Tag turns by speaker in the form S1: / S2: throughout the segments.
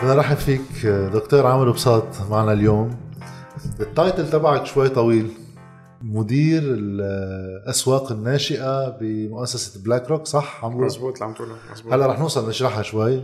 S1: بدنا نرحب فيك دكتور عامر بساط معنا اليوم. التايتل تبعك شوي طويل، مدير الأسواق الناشئة بمؤسسة بلاك روك، صح؟
S2: مزبوط عم تقوله مزبوط.
S1: هلا رح نوصل نشرحها شوي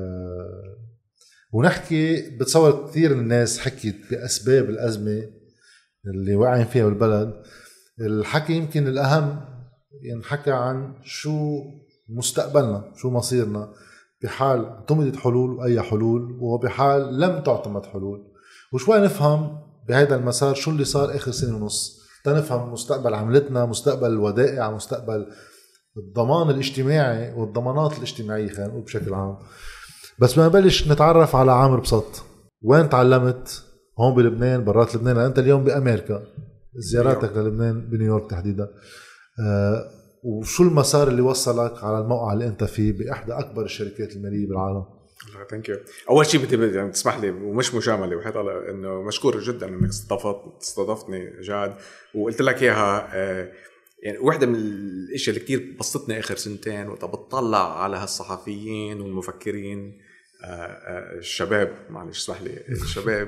S1: ونحكي. بتصور كثير الناس حكيت بأسباب الأزمة اللي واقعين فيها بالبلد. الحكي يمكن الأهم ينحكى عن شو مستقبلنا، شو مصيرنا بحال اعتمدت حلول وأي حلول، وبحال لم تعتمد حلول، وشوي نفهم بهذا المسار شو اللي صار آخر سنة ونص، تنفهم مستقبل عملتنا، مستقبل الودائع، مستقبل الضمان الاجتماعي والضمانات الاجتماعية، خلينا نقول بشكل عام. بس ما نبلش نتعرف على عامر بساط. وين تعلمت؟ هون بلبنان، برات لبنان؟ أنت اليوم بأمريكا، زياراتك للبنان بنيويورك تحديدا. وشو المسار اللي وصلك على الموقع اللي انت فيه بإحدى أكبر الشركات المالية بالعالم؟
S2: ثانك يو. أول شيء بدي يعني تسمح لي ومش مجاملة وحيت على إنه مشكور جدا إنك استضفتني جاد وقلت لك إياها. يعني واحدة من الأشياء اللي كتير بسطتني آخر سنتين وقت بطلع على هالصحفيين والمفكرين الشباب، معلش اسمح لي، الشباب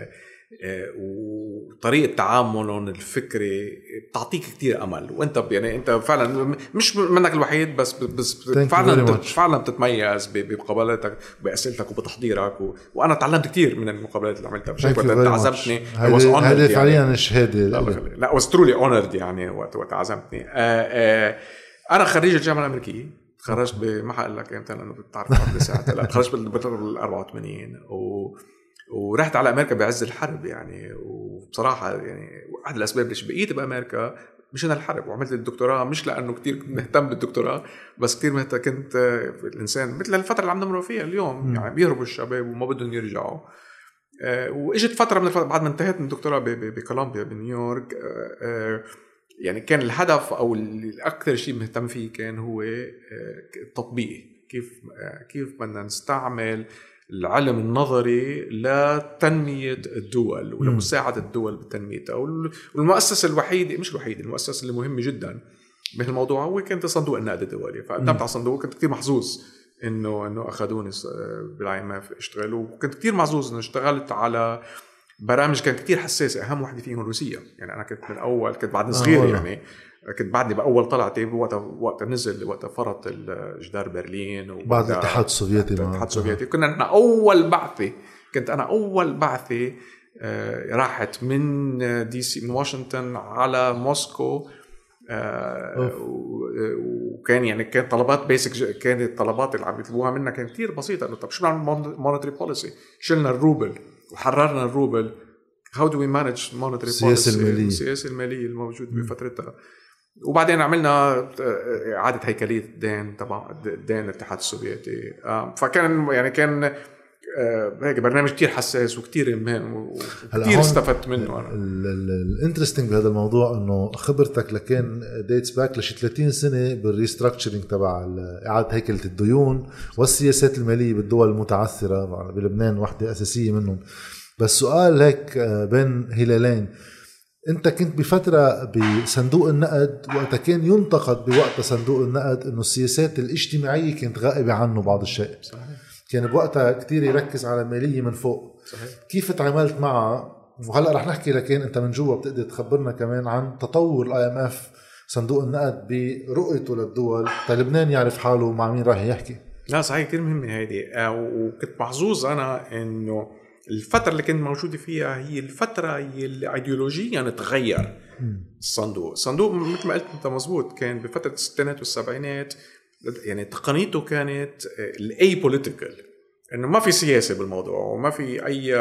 S2: وطريقة تعاملهم الفكري بتعطيك كتير أمل. وأنت يعني أنت فعلا مش منك الوحيد، بس فعلا بتتميز بمقابلاتك بأسئلتك وبتحضيرك و... وأنا تعلمت كتير من المقابلات اللي عملتها بشكل أنت عزمتني.
S1: هذا فعليا الشهادة.
S2: لا was truly honored يعني وقت عزمتني. أنا خريج الجامعة الأمريكية، خرجت ما حقول لك امتى لأنه بتعرف قبل ساعة. لا خرجت بال 84 ورحت على أمريكا بعز الحرب يعني. وبصراحة يعني واحد الأسباب ليش بقيت بأمريكا مش أنا الحرب، وعملت الدكتوراه مش لأنه كتير مهتم بالدكتوراه، بس كتير كنت الإنسان مثل الفترة اللي عم نمر فيها اليوم. يعني بيهربوا الشباب وما بدهم يرجعوا. وإجت فترة من الفترة بعد ما انتهيت من الدكتوراه بكولومبيا بنيويورك. يعني كان الهدف أو الأكثر شيء مهتم فيه كان هو التطبيق، كيف بدنا نستعمل العلم النظري لتنمية الدول ولمساعدة الدول بتنميتها. والمؤسسة الوحيدة، مش الوحيدة، المؤسسة اللي مهمة جدا بهالموضوع هو كانت صندوق النقد الدولي. فقدمت على الصندوق، كنت كتير محظوظ إنه أخذوني بالIMF اشتغل. وكنت كتير محظوظ إنه اشتغلت على برامج كانت كتير حساسة، أهم واحدة فيهم روسيا. يعني أنا كنت من أول، كنت بعد صغير يعني، كنت بعدني بأول طلعتي وقت نزل، وقت فرط جدار برلين
S1: وبعد الاتحاد السوفيتي.
S2: كنا نحن أول بعثة، كنت أنا أول بعثة راحت من دي سي، من واشنطن على موسكو. وكان يعني كانت طلبات بيسك، كانت الطلبات اللي عم يطلبوها منا كانت كتير بسيطة. إنه طب شو نعمل مونتري بوليسي؟ شلنا الروبل وحررنا الروبل. how do we manage monetary policy؟ السياسة المالية الموجود بفترتها. وبعدين عملنا إعادة هيكلية الدين تبع الدين الاتحاد السوفيتي. فكان يعني كان هيك برنامج كتير حساس وكتير مهم وكتير استفدت منه. أنا
S1: الانترستينج بهذا الموضوع إنه خبرتك لكن ديتس باك لشي 30 سنة بالريستراكشرينج تبع إعادة هيكلة الديون والسياسات المالية بالدول المتعثرة، بلبنان واحدة أساسية منهم. بس سؤال هيك بين هلالين، انت كنت بفترة بصندوق النقد وقت كان ينتقد بوقت صندوق النقد انه السياسات الاجتماعية كانت غائبة عنه بعض الشيء.
S2: صحيح.
S1: كان بوقتها كتير يركز على المالية من فوق.
S2: صحيح. كيف
S1: تعاملت معها؟ وهلأ رح نحكي، لكن انت من جوا بتقدر تخبرنا كمان عن تطور الIMF صندوق النقد برؤيته للدول. لبنان يعرف حاله مع مين راح يحكي.
S2: لا صحيح كتير مهمة هيدي. وكنت محظوظ أنا إنه الفترة اللي كنت موجودة فيها هي الفترة اللي ايديولوجيا تغير الصندوق مثل ما قلت انت مزبوط. كان بفترة الستينات والسبعينات يعني تقنيته كانت الاي بوليتيكال، انه ما في سياسة بالموضوع وما في اي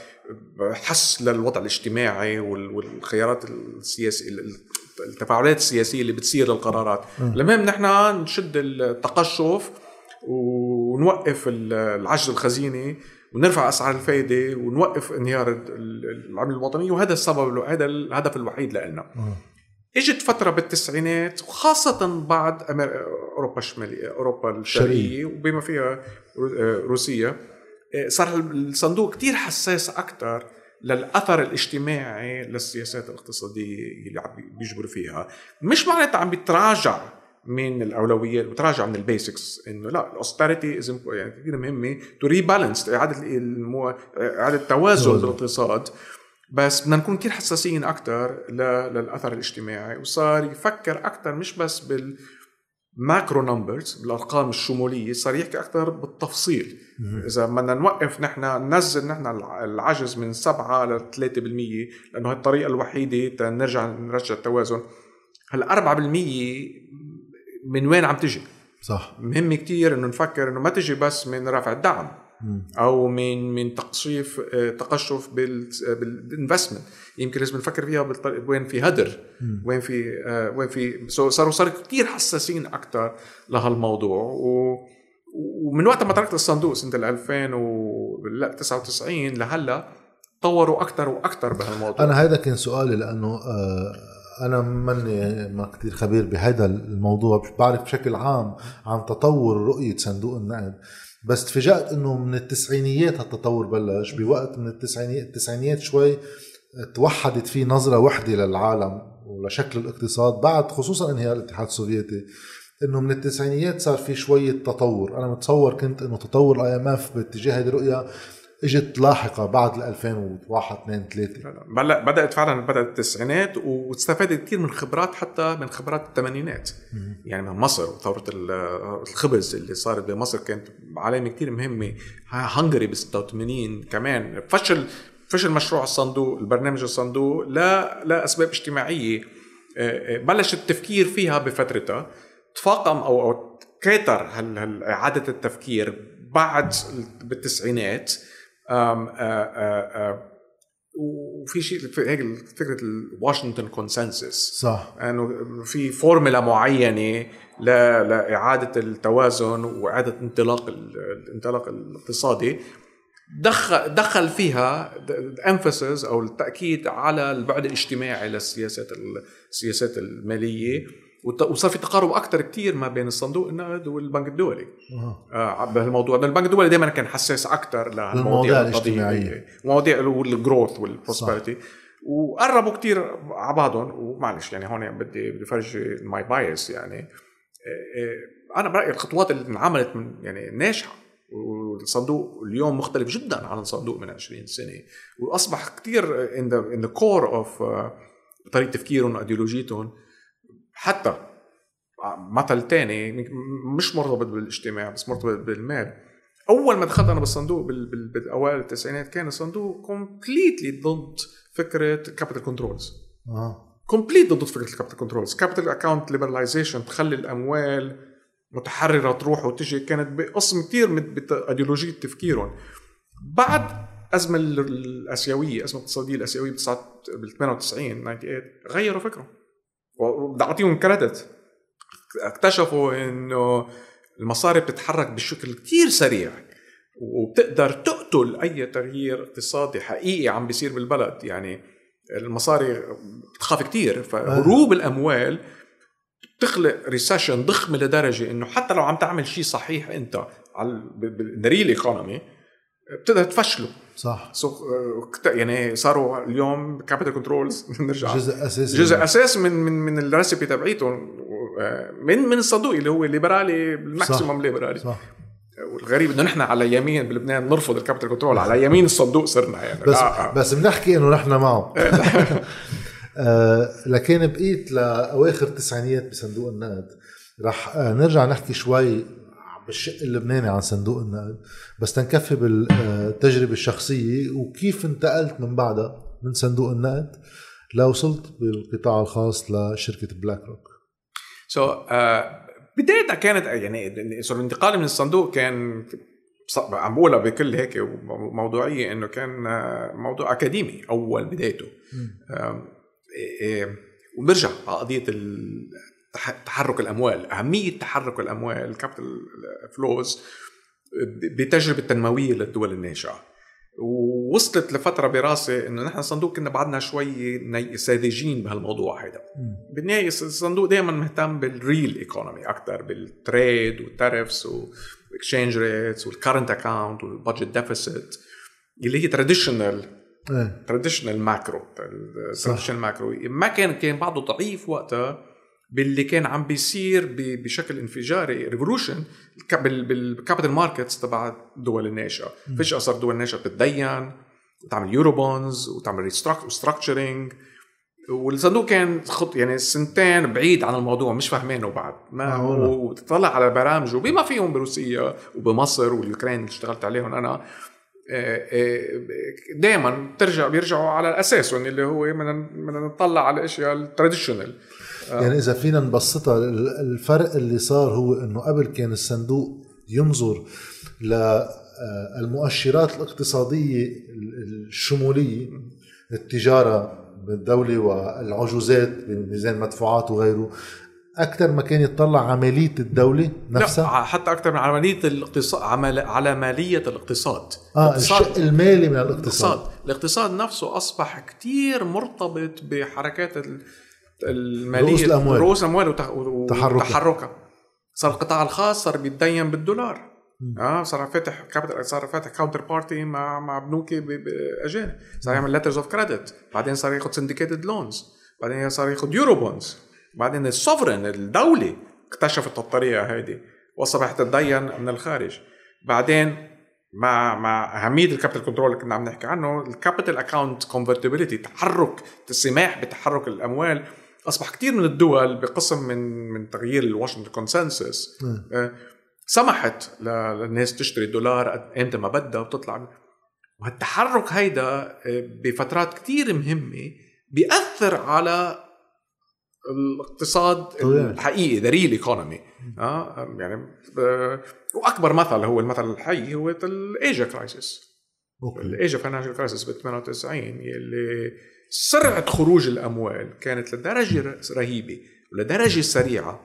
S2: حس للوضع الاجتماعي والخيارات السياسية، التفاعلات السياسية اللي بتصير للقرارات. المهم نحن نشد التقشف ونوقف العجز الخزيني ونرفع أسعار الفايدة ونوقف انهيار العملة الوطنية. وهذا السبب، هذا الهدف الوحيد لنا. اجت فترة بالتسعينات وخاصة بعد أوروبا الشمالية، أوروبا الشرقية وبما فيها روسيا، صار الصندوق كتير حساس أكتر للأثر الاجتماعي للسياسات الاقتصادية اللي عم بيجبر فيها. مش معناتها عم بيتراجع من الاولويات وتراجع من البيسكس، انه لا الاوستريتي يعني كثير مهمه تو ريبالانس، اعاده توازن بالاقتصاد، بس بدنا نكون كثير حساسين اكثر للاثر الاجتماعي، وصار يفكر اكثر مش بس بالماكرو نمبرز بالارقام الشموليه، صار يحكي اكثر بالتفصيل. اذا بدنا نوقف نحن ننزل نحن العجز من 7 ل 3%، لانه هي الطريقه الوحيده نرجع التوازن. هال 4% من وين عم تجي؟
S1: صح.
S2: مهم كتير انه نفكر انه ما تجي بس من رفع الدعم او من تقشف بالانفستمنت. يمكن لازم نفكر فيها وين في هدر، وين في صاروا كتير حساسين اكتر لهالموضوع. ومن وقت ما تركت الصندوق سنة 2099 لهلا طوروا اكتر واكتر بهالموضوع.
S1: انا هذا كان سؤالي، لانه أنا ما كتير خبير بهذا الموضوع، بعرف بشكل عام عن تطور رؤية صندوق النقد، بس تفاجأت إنه من التسعينيات هالتطور بلش، بوقت من التسعينيات شوي توحدت فيه نظرة وحدة للعالم ولشكل الاقتصاد بعد خصوصا انهيار الاتحاد السوفيتي. إنه من التسعينيات صار في شوية تطور. أنا متصور كنت إنه تطور IMF باتجاه هذه الرؤية اجت لاحقة بعد 2001 2 3.
S2: بدأت التسعينات، واستفادت كثير من خبرات، حتى من خبرات الثمانينات. يعني من مصر وثورة الخبز اللي صارت بمصر كانت علامة كثير مهمة. هنغري ب 86 كمان فشل مشروع الصندوق، البرنامج الصندوق لا أسباب اجتماعية. بلش التفكير فيها بفترتها، تفاقم أو كاتر إعادة التفكير بعد بالتسعينات. وفي شيء هيك فكرة الواشنطن كونسنسس،
S1: صح،
S2: انه يعني في فورمولا معينة لإعادة التوازن وإعادة الانطلاق الاقتصادي. دخل فيها الامفاسيس او التأكيد على البعد الاجتماعي للسياسات المالية، وصار في تقارب أكتر كتير ما بين الصندوق النقد والبنك الدولي بهالموضوع. البنك الدولي دائما كان حساس أكتر للمواضيع الاجتماعية، مواضيع الجروث والبروسبرتي، وقربوا كتير على بعضهم. ومعلش يعني هون بدي فرجي ماي بايس. يعني أنا برأيي الخطوات اللي انعملت يعني ناجحة، والصندوق اليوم مختلف جدا عن الصندوق من 20 سنة، وأصبح كتير in the core of طريقة تفكيرهم وأيديولوجيتهم. حتى مثل تاني مش مرتبط بالاجتماع بس مرتبط بالمال. أول ما دخلت أنا بالصندوق بالأوائل التسعينات كان الصندوق completely ضد فكرة capital controls. completely ضد فكرة capital controls. capital account liberalization تخلي الأموال متحررة تروح وتجي، كانت بقسم كتير بأيديولوجية تفكيرهم. بعد أزمة الآسيوية، أزمة الاقتصادية الآسيوية بال 98 غيروا فكرهم، وبدي أعطيهم كريدت. اكتشفوا إنه المصاري بتتحرك بشكل كتير سريع، وبتقدر تقتل أي تغيير اقتصادي حقيقي عم بيصير بالبلد. يعني المصاري بتخاف كتير، فهروب الأموال تخلق ريسيشن ضخمة لدرجة إنه حتى لو عم تعمل شيء صحيح أنت على بالريل إيكونومي بتقدر تفشله.
S1: صح.
S2: يعني صاروا اليوم كابيتال كنترولز نرجع
S1: جزء
S2: أساس من الريسيبي تبعيتهم من الصندوق اللي هو ليبرالي بالماكسيموم ليبرالي.
S1: صح.
S2: والغريب إنه نحن على يمين بلبنان نرفض الكابيتال كنترول، على يمين الصندوق صرنا يعني.
S1: بس بنحكي إنه نحن معه. لكن بقيت لأواخر التسعينيات بصندوق النقد. رح نرجع نحكي شوي بالشق اللبناني عن صندوق النقد، بس تنكفي بالتجربة الشخصية وكيف انتقلت من بعدها من صندوق النقد لو وصلت بالقطاع الخاص لشركة بلاك روك.
S2: بدايتها كانت يعني الانتقال من الصندوق كان عم بقولها بكل هيك موضوعية، إنه كان موضوع أكاديمي أول بدايته. وبرجع على قضية تحرك الأموال، أهمية تحرك الأموال الكابيتال فلوز بتجربة تنموية للدول الناشئة. ووصلت لفترة براسي إنه نحن الصندوق كنا بعدنا شوي ساذجين بهالموضوع هذا. بالنهاية الصندوق دائما مهتم بالريل إيكونومي أكتر، بالتريد والتاريفس والإكسشينج ريتس والكارنت أكاونت والبادجت ديفيسيت اللي هي تراديشنال ماكرو. ما كان بعضه ضعيف وقتها باللي كان عم بيصير بشكل انفجاري ريفولوشن بالكابيتال ماركتس تبع الدول الناشئه. فيش اثر دول الناشئه بتتدين وتعمل يورو بونز وتعمل ريستراكشرينج، والصندوق كان يعني سنتين بعيد عن الموضوع، مش فاهمينه بعد ما وتطلع على برامجه بما فيهم بروسيا وبمصر واليوكرين اللي اشتغلت عليهم انا. دائما بيرجعوا على الاساس اللي هو بدنا نطلع على الاشياء التراديشنال.
S1: يعني اذا فينا نبسطها، الفرق اللي صار هو انه قبل كان الصندوق ينظر للمؤشرات الاقتصاديه الشموليه، التجاره بالدوله والعجوزات بميزان مدفوعات وغيره، أكثر ما كان يتطلع عملية الدولة نفسها.
S2: لا، حتى أكثر من عملية الاقتصاد، على مالية الاقتصاد.
S1: الشق المالي من الاقتصاد.
S2: الاقتصاد نفسه أصبح كتير مرتبط بحركات المالية، رؤوس الأموال وتحركها. صار القطاع الخاص صار بيتدين بالدولار. صار فاتح كاونتر بارتي مع بنوك بأجانب، صار يعمل letters of credit، بعدين صار ياخد syndicated loans، بعدين صار ياخد يورو بونز، بعدين السوفرن الدولة اكتشفت الطريقة هذه وصبحت تتدين من الخارج. بعدين مع أهمية الكابيتال كنترول اللي كنا عم نحكي عنه، الكابيتال اكاونت كونفرتيبيليتي، تحرك السماح بتحرك الأموال، أصبح كتير من الدول بقسم من تغيير الواشنطن كونسنسس سمحت للناس تشتري دولار امتى ما بدها وتطلع. وهالتحرك هيدا بفترات كتير مهمة بيأثر على الاقتصاد الحقيقي، the real economy. يعني وأكبر مثل هو المثل الحي هو الإيجا كرايسيس، الإيجا فاينانشال كرايسيس ب 98 اللي سرعة خروج الأموال كانت لدرجة رهيبة ولدرجة سريعة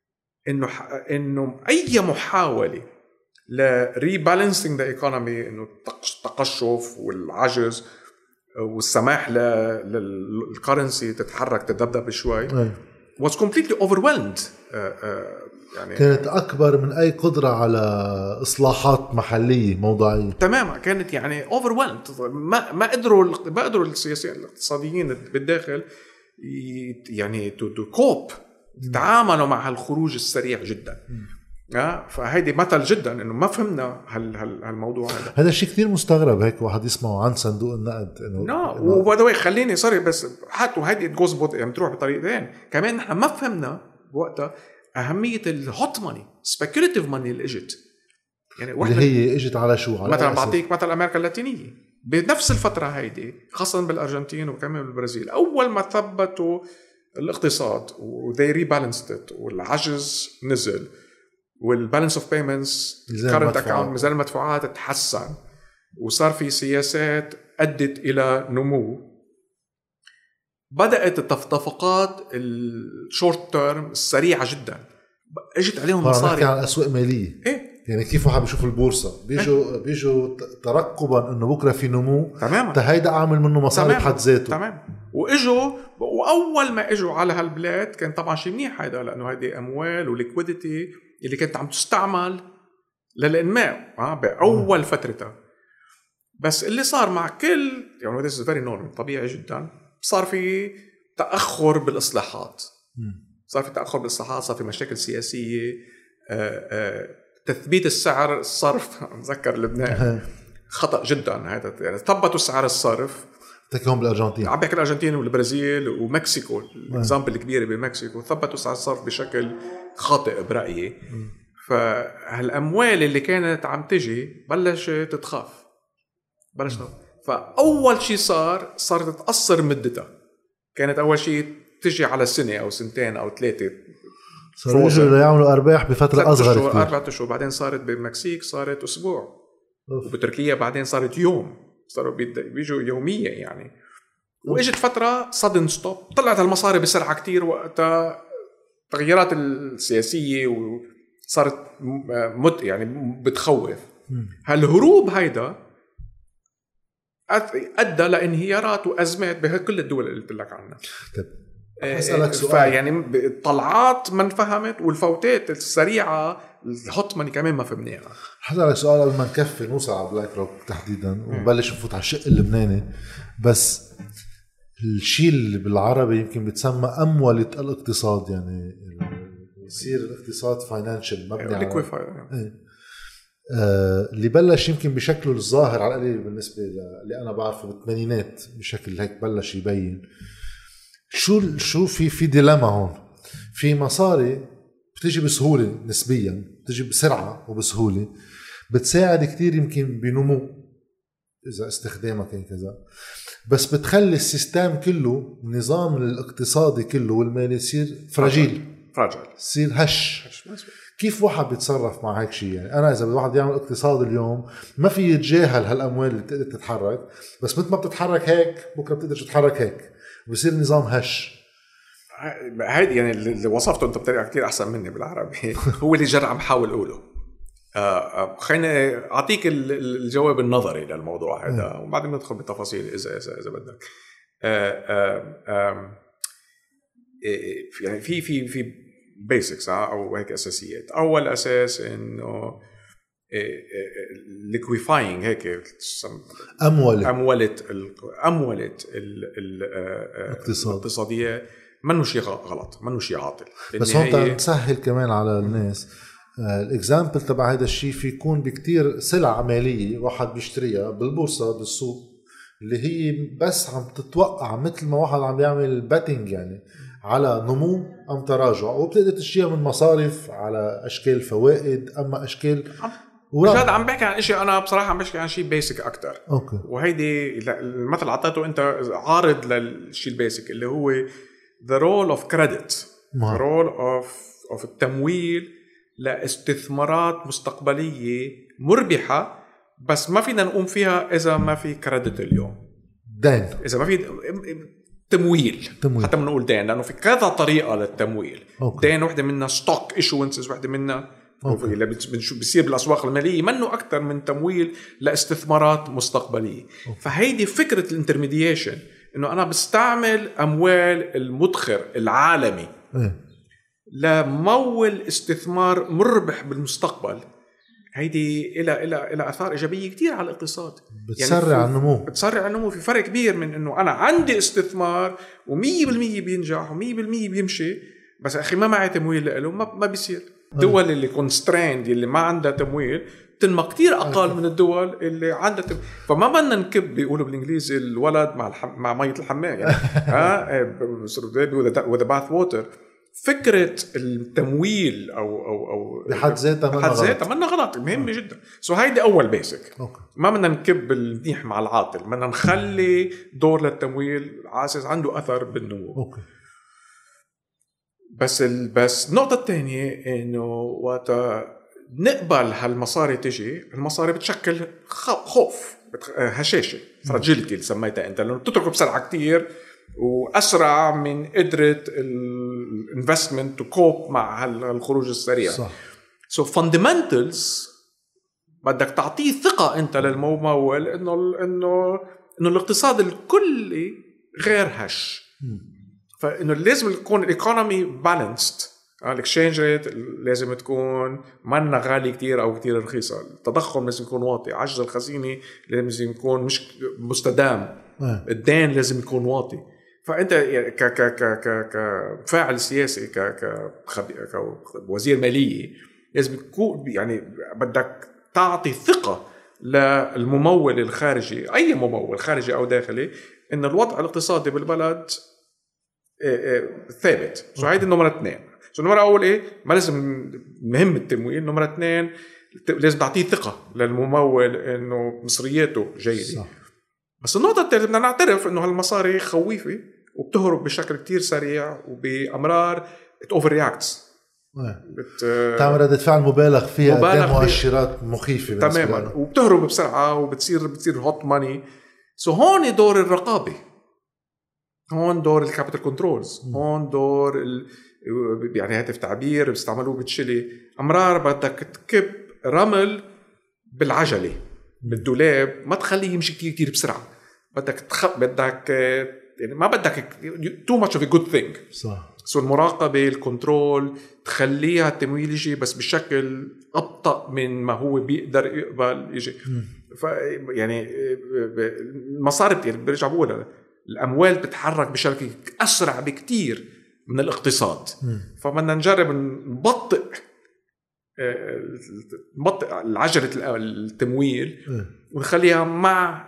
S2: إنه أي محاولة لريبالانسينج ذا ايكونومي، إنه التقشف والعجز والسماح للكرنسي تتحرك تدبدب شوي was completely overwhelmed. يعني
S1: كانت أكبر من أي قدرة على إصلاحات محلية موضعية.
S2: تماما، كانت يعني overwhelmed. ما قدروا السياسيين الاقتصاديين بالداخل يعني to cope، تعاملوا مع هالخروج السريع جدا. فهيدي مثل جدا انه ما فهمنا هالموضوع
S1: هذا الشيء كثير مستغرب هيك واحد يسمعه عن صندوق النقد
S2: وبدوي خليني صري بس حتى وهيدي تجوز يعني بتروح بطريقتين كمان. نحن ما فهمنا بوقتها اهميه الهوت ماني، سبيكوليتيف ماني اللي اجت، يعني
S1: اللي هي اجت على شو؟ على
S2: مثلا بعطيك مثل امريكا اللاتينيه بنفس الفتره هيدي، خاصه بالارجنتين وكمان بالبرازيل، اول ما ثبتوا الاقتصاد وذي ريبالانسد والعجز نزل والبالانس اوف بيمنتس كارنت اكاونت ميزان المدفوعات تحسن وصار في سياسات ادت الى نمو، بدات التفاقات الشورت تيرم السريعه جدا اجت عليهم مصاري.
S1: على الاسواق ماليه يعني كيف واحد بيشوف البورصه بيجوا ترقبا انه بكره في نمو
S2: تماما،
S1: هيدا عامل منه مصاري بحد ذاته.
S2: تمام. واول ما اجوا على هالبلاد كان طبعا شيء منيح هيدا، لانه هيدي اموال وليكويديتي اللي كانت عم تستعمل للانماء باول فترتها. بس اللي صار مع كل يعني this is very normal، طبيعي جدا، صار في تاخر بالاصلاحات، صار في مشاكل سياسيه، تثبيت السعر الصرف نذكر لبنان خطأ جدا هذا، يعني ثبتوا سعر الصرف
S1: تكون بالارجنتين،
S2: عم بحكي الارجنتين والبرازيل ومكسيكو، الاكزامبل الكبيره بمكسيكو، ثبتوا سعر الصرف بشكل خاطئ برايي. فهالاموال اللي كانت عم تجي بلشت تخاف. فاول شيء صارت تقصر مدتها، كانت اول شيء تجي على سنه او سنتين او 3،
S1: صاروا يعملوا ارباح بفتره اصغر كثير،
S2: 4 أشهر. بعدين صارت بالمكسيك صارت اسبوع، وبتركيا بعدين صارت يوم، صاروا بيجوا يوميا يعني. واجت فتره صدن ستوب، طلعت المصاري بسرعه كتير وقتها التغييرات السياسيه وصارت يعني بتخوف. هالهروب هيدا ادى لانهيارات وازمات بكل الدول اللي قلت لك عنها.
S1: أسألك سؤال،
S2: يعني الطلعات ما انفهمت والفوتات السريعة الهوت ماني كمان ما فهمناها.
S1: أسألك سؤال قبل ما نكفي نوصل على بلاك روك تحديدا ونبلش نفوت على الشق اللبناني. بس الشيء اللي بالعربي يمكن بيتسمى أمولة الاقتصاد، يعني يصير الاقتصاد فاينانشال مبني على اللي بلش يمكن بشكله الظاهر على القليل بالنسبة اللي أنا بعرفه بالثمانينات بشكل هيك بلش يبين شو في ديلاما هون. في مصاري بتيجي بسهولة نسبيا، بتيجي بسرعة وبسهولة، بتساعد كتير يمكن بنمو إذا استخدامك كذا، بس بتخلي السيستم كله، النظام الاقتصادي كله والمالي يصير فراجيل، يصير هش. كيف واحد بيتصرف مع هيك شيء؟ يعني أنا إذا واحد يعمل اقتصاد اليوم ما في يتجاهل هالأموال اللي بتقدر تتحرك، بس مثل ما بتتحرك هيك بكرة بتقدر تتحرك هيك، وبصير نظام هش.
S2: هيدي يعني اللي وصفته أنت بطريقة كتير أحسن مني بالعربي هو اللي جرى عم حاول أقوله. خليني أعطيك الجواب النظري للموضوع هذا وبعدين ندخل بالتفاصيل إذا بدك. يعني في بيسكس أو هيك أساسيات. أول أساس إنه liquefying هيك أمولة الاقتصادية منه شيء غلط، منه شيء عاطل.
S1: بس هون نسهل كمان على الناس. الإكزامبل تبع هذا الشيء في يكون بكتير سلع مالية واحد بيشتريها بالبورصة بالسوق اللي هي بس عم تتوقع مثل ما واحد عم يعمل باتينج يعني على نمو أم تراجع، وبتقدر تشتريها من مصارف على أشكال فوائد أما أشكال
S2: مجرد عم بحكي عن إشي. أنا بصراحة عم بحكي عن شيء بيسك أكتر.
S1: أوكي.
S2: وهيدي المثل عطيته أنت عارض للشيء البيسك اللي هو the role of credit the role of التمويل لاستثمارات مستقبلية مربحة، بس ما فينا نقوم فيها إذا ما في كريدت اليوم، دين، إذا ما في تمويل. حتى بنقول دين لأنه في كذا طريقة للتمويل. دين واحدة منها ستوك إيشوانسز، واحدة منها اللي بيصير بالأسواق المالية، منه أكتر من تمويل لاستثمارات مستقبلية. فهيدي فكرة الانترميديشن، إنه أنا بستعمل أموال المدخر العالمي لمول استثمار مربح بالمستقبل. هيدي إلى آثار إيجابية كتير على الاقتصاد،
S1: بتسرع يعني النمو.
S2: بتسرع النمو. في فرق كبير من إنه أنا عندي استثمار و100% بينجح و100% بيمشي، بس أخي ما معي تمويل له، ما بيصير. الدول اللي constrained اللي ما عندها تمويل تنمى كتير أقل من الدول اللي عندها تمويل. فما بدنا نكب، بيقولوا بالإنجليزي الولد مع مية الحمام يعني with the bath water. فكرة التمويل أو
S1: بحد ذاتها
S2: منا غلط، مهمة جدا. هيدي أول بيسك. ما بدنا نكب المنيح مع العاطل، بدنا نخلي دور للتمويل عاسس عنده أثر بالنمو. بس النقطة الثانية إنه وقت نقبل هالمصاري تجي، المصاري بتشكل خوف، هشاشة، fragility اللي سميتها أنت، لأنه بتترك بسرعة كتير وأسرع من قدرة الانفستمنت وكوب مع الخروج السريع.
S1: صح.
S2: So fundamentals بدك تعطيه ثقة أنت للممول إنه الاقتصاد الكلي غير هش. فإنه لازم يكون الإيكونومي بالانسد، الإكسشينج ريت لازم تكون منا غالي كتير أو كتير رخيصة، التضخم لازم يكون واطي، عجز الخزينة لازم يكون مش مستدام، الدين لازم يكون واطي. فأنت كفاعل سياسي كوزير مالية لازم يكون يعني بدك تعطي ثقة للممول الخارجي، أي ممول خارجي أو داخلي، إن الوضع الاقتصادي بالبلد ثابت. هيدي النمرة 2. النمرة أول إيه؟ ما لازم مهم التمويل. نمرة 2 لازم تعطيه ثقة للممول إنه مصرياته جيدة. بس النقطة الثالثة بدنا نعترف إنه هالمصاري خويفة وبتهرب بشكل كتير سريع وبأمرار اوفر رياكتس،
S1: تعمل ردة فعل مبالغ فيها، قدام مؤشرات مخيفة
S2: تماما، وبتهرب بسرعة وبتصير هوت ماني. هون دور الرقابة، هون دور الكابيتال كنترولز، هون دور يعني هاتف تعبير بيستعملوه بتشيلي أمرار بدك تكب رمل بالعجلة بالدولاب، ما تخليه يمشي كتير بسرعة. بدك يعني ما بدك too much of a good thing.
S1: صح.
S2: المراقبة الكنترول تخليها التمويل يجي بس بشكل أبطأ من ما هو بيقدر يقبل يجي. يعني المصاري برجع بقولها الأموال بتتحرك بشكل أسرع بكتير من الاقتصاد. فبدنا نجرب نبطئ العجلة التمويل ونخليها مع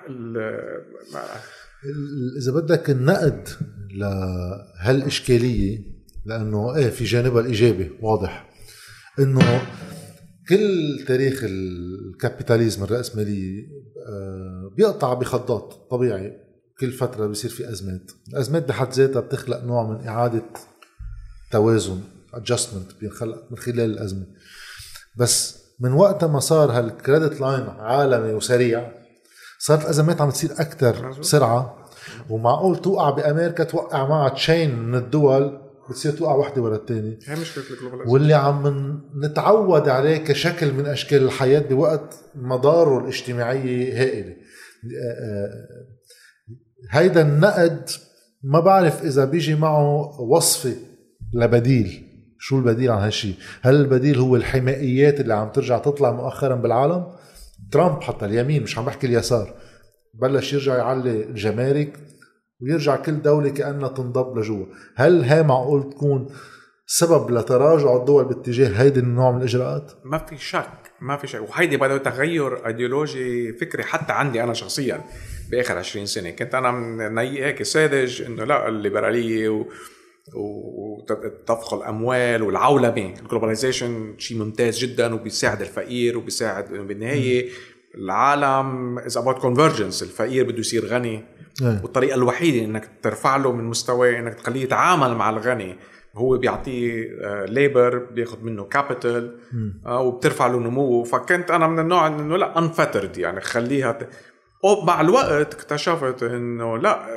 S1: إذا بدك النقد لهالإشكالية، لأنه في جانبها الإيجابي واضح، إنه كل تاريخ الكابيتاليزم الرأسمالية بيقطع بخطات طبيعي. كل فترة بيصير في أزمات. الأزمات بحد ذاتها بتخلق نوع من إعادة توازن adjustment بينخلق من خلال الأزمة. بس من وقت ما صار هالكريدت لاين عالمي وسريع، صارت الأزمات عم تصير أكتر بسرعة، ومعقول توقع بأمريكا توقع معها تشين من الدول، بتصير توقع واحدة ورا الثانية. واللي عم نتعود عليه كشكل من أشكال الحياة بوقت مداره الاجتماعية هائلة. هيدا النقد ما بعرف إذا بيجي معه وصفة لبديل. شو البديل عن هالشي؟ هل البديل هو الحمائيات اللي عم ترجع تطلع مؤخرا بالعالم؟ ترامب حتى اليمين، مش عم بحكي اليسار، بلش يرجع يعلي الجمارك ويرجع كل دولة كأنها تنضب لجوا. هل هاي معقول تكون سبب لتراجع الدول باتجاه هيدا النوع من الإجراءات؟
S2: ما في شك. وهيدي بدأ تغير ايديولوجي فكري حتى عندي أنا شخصيا بآخر 20 سنة. كنت أنا من هيك ساذج إنه لا، الليبرالية وتدفق الأموال والعولمة الجلوباليزيشن شيء ممتاز جدا وبيساعد الفقير وبيساعد بالنهاية العالم is about convergence. الفقير بده يصير غني، والطريقة الوحيدة إنك ترفع له من مستوى إنك تخليه يتعامل مع الغني، هو بيعطيه ليبر بياخد منه كابيتال وبترفع له نموه. فكنت أنا من النوع إنه لا unfettered، يعني خليها مع الوقت اكتشفت إنه لا،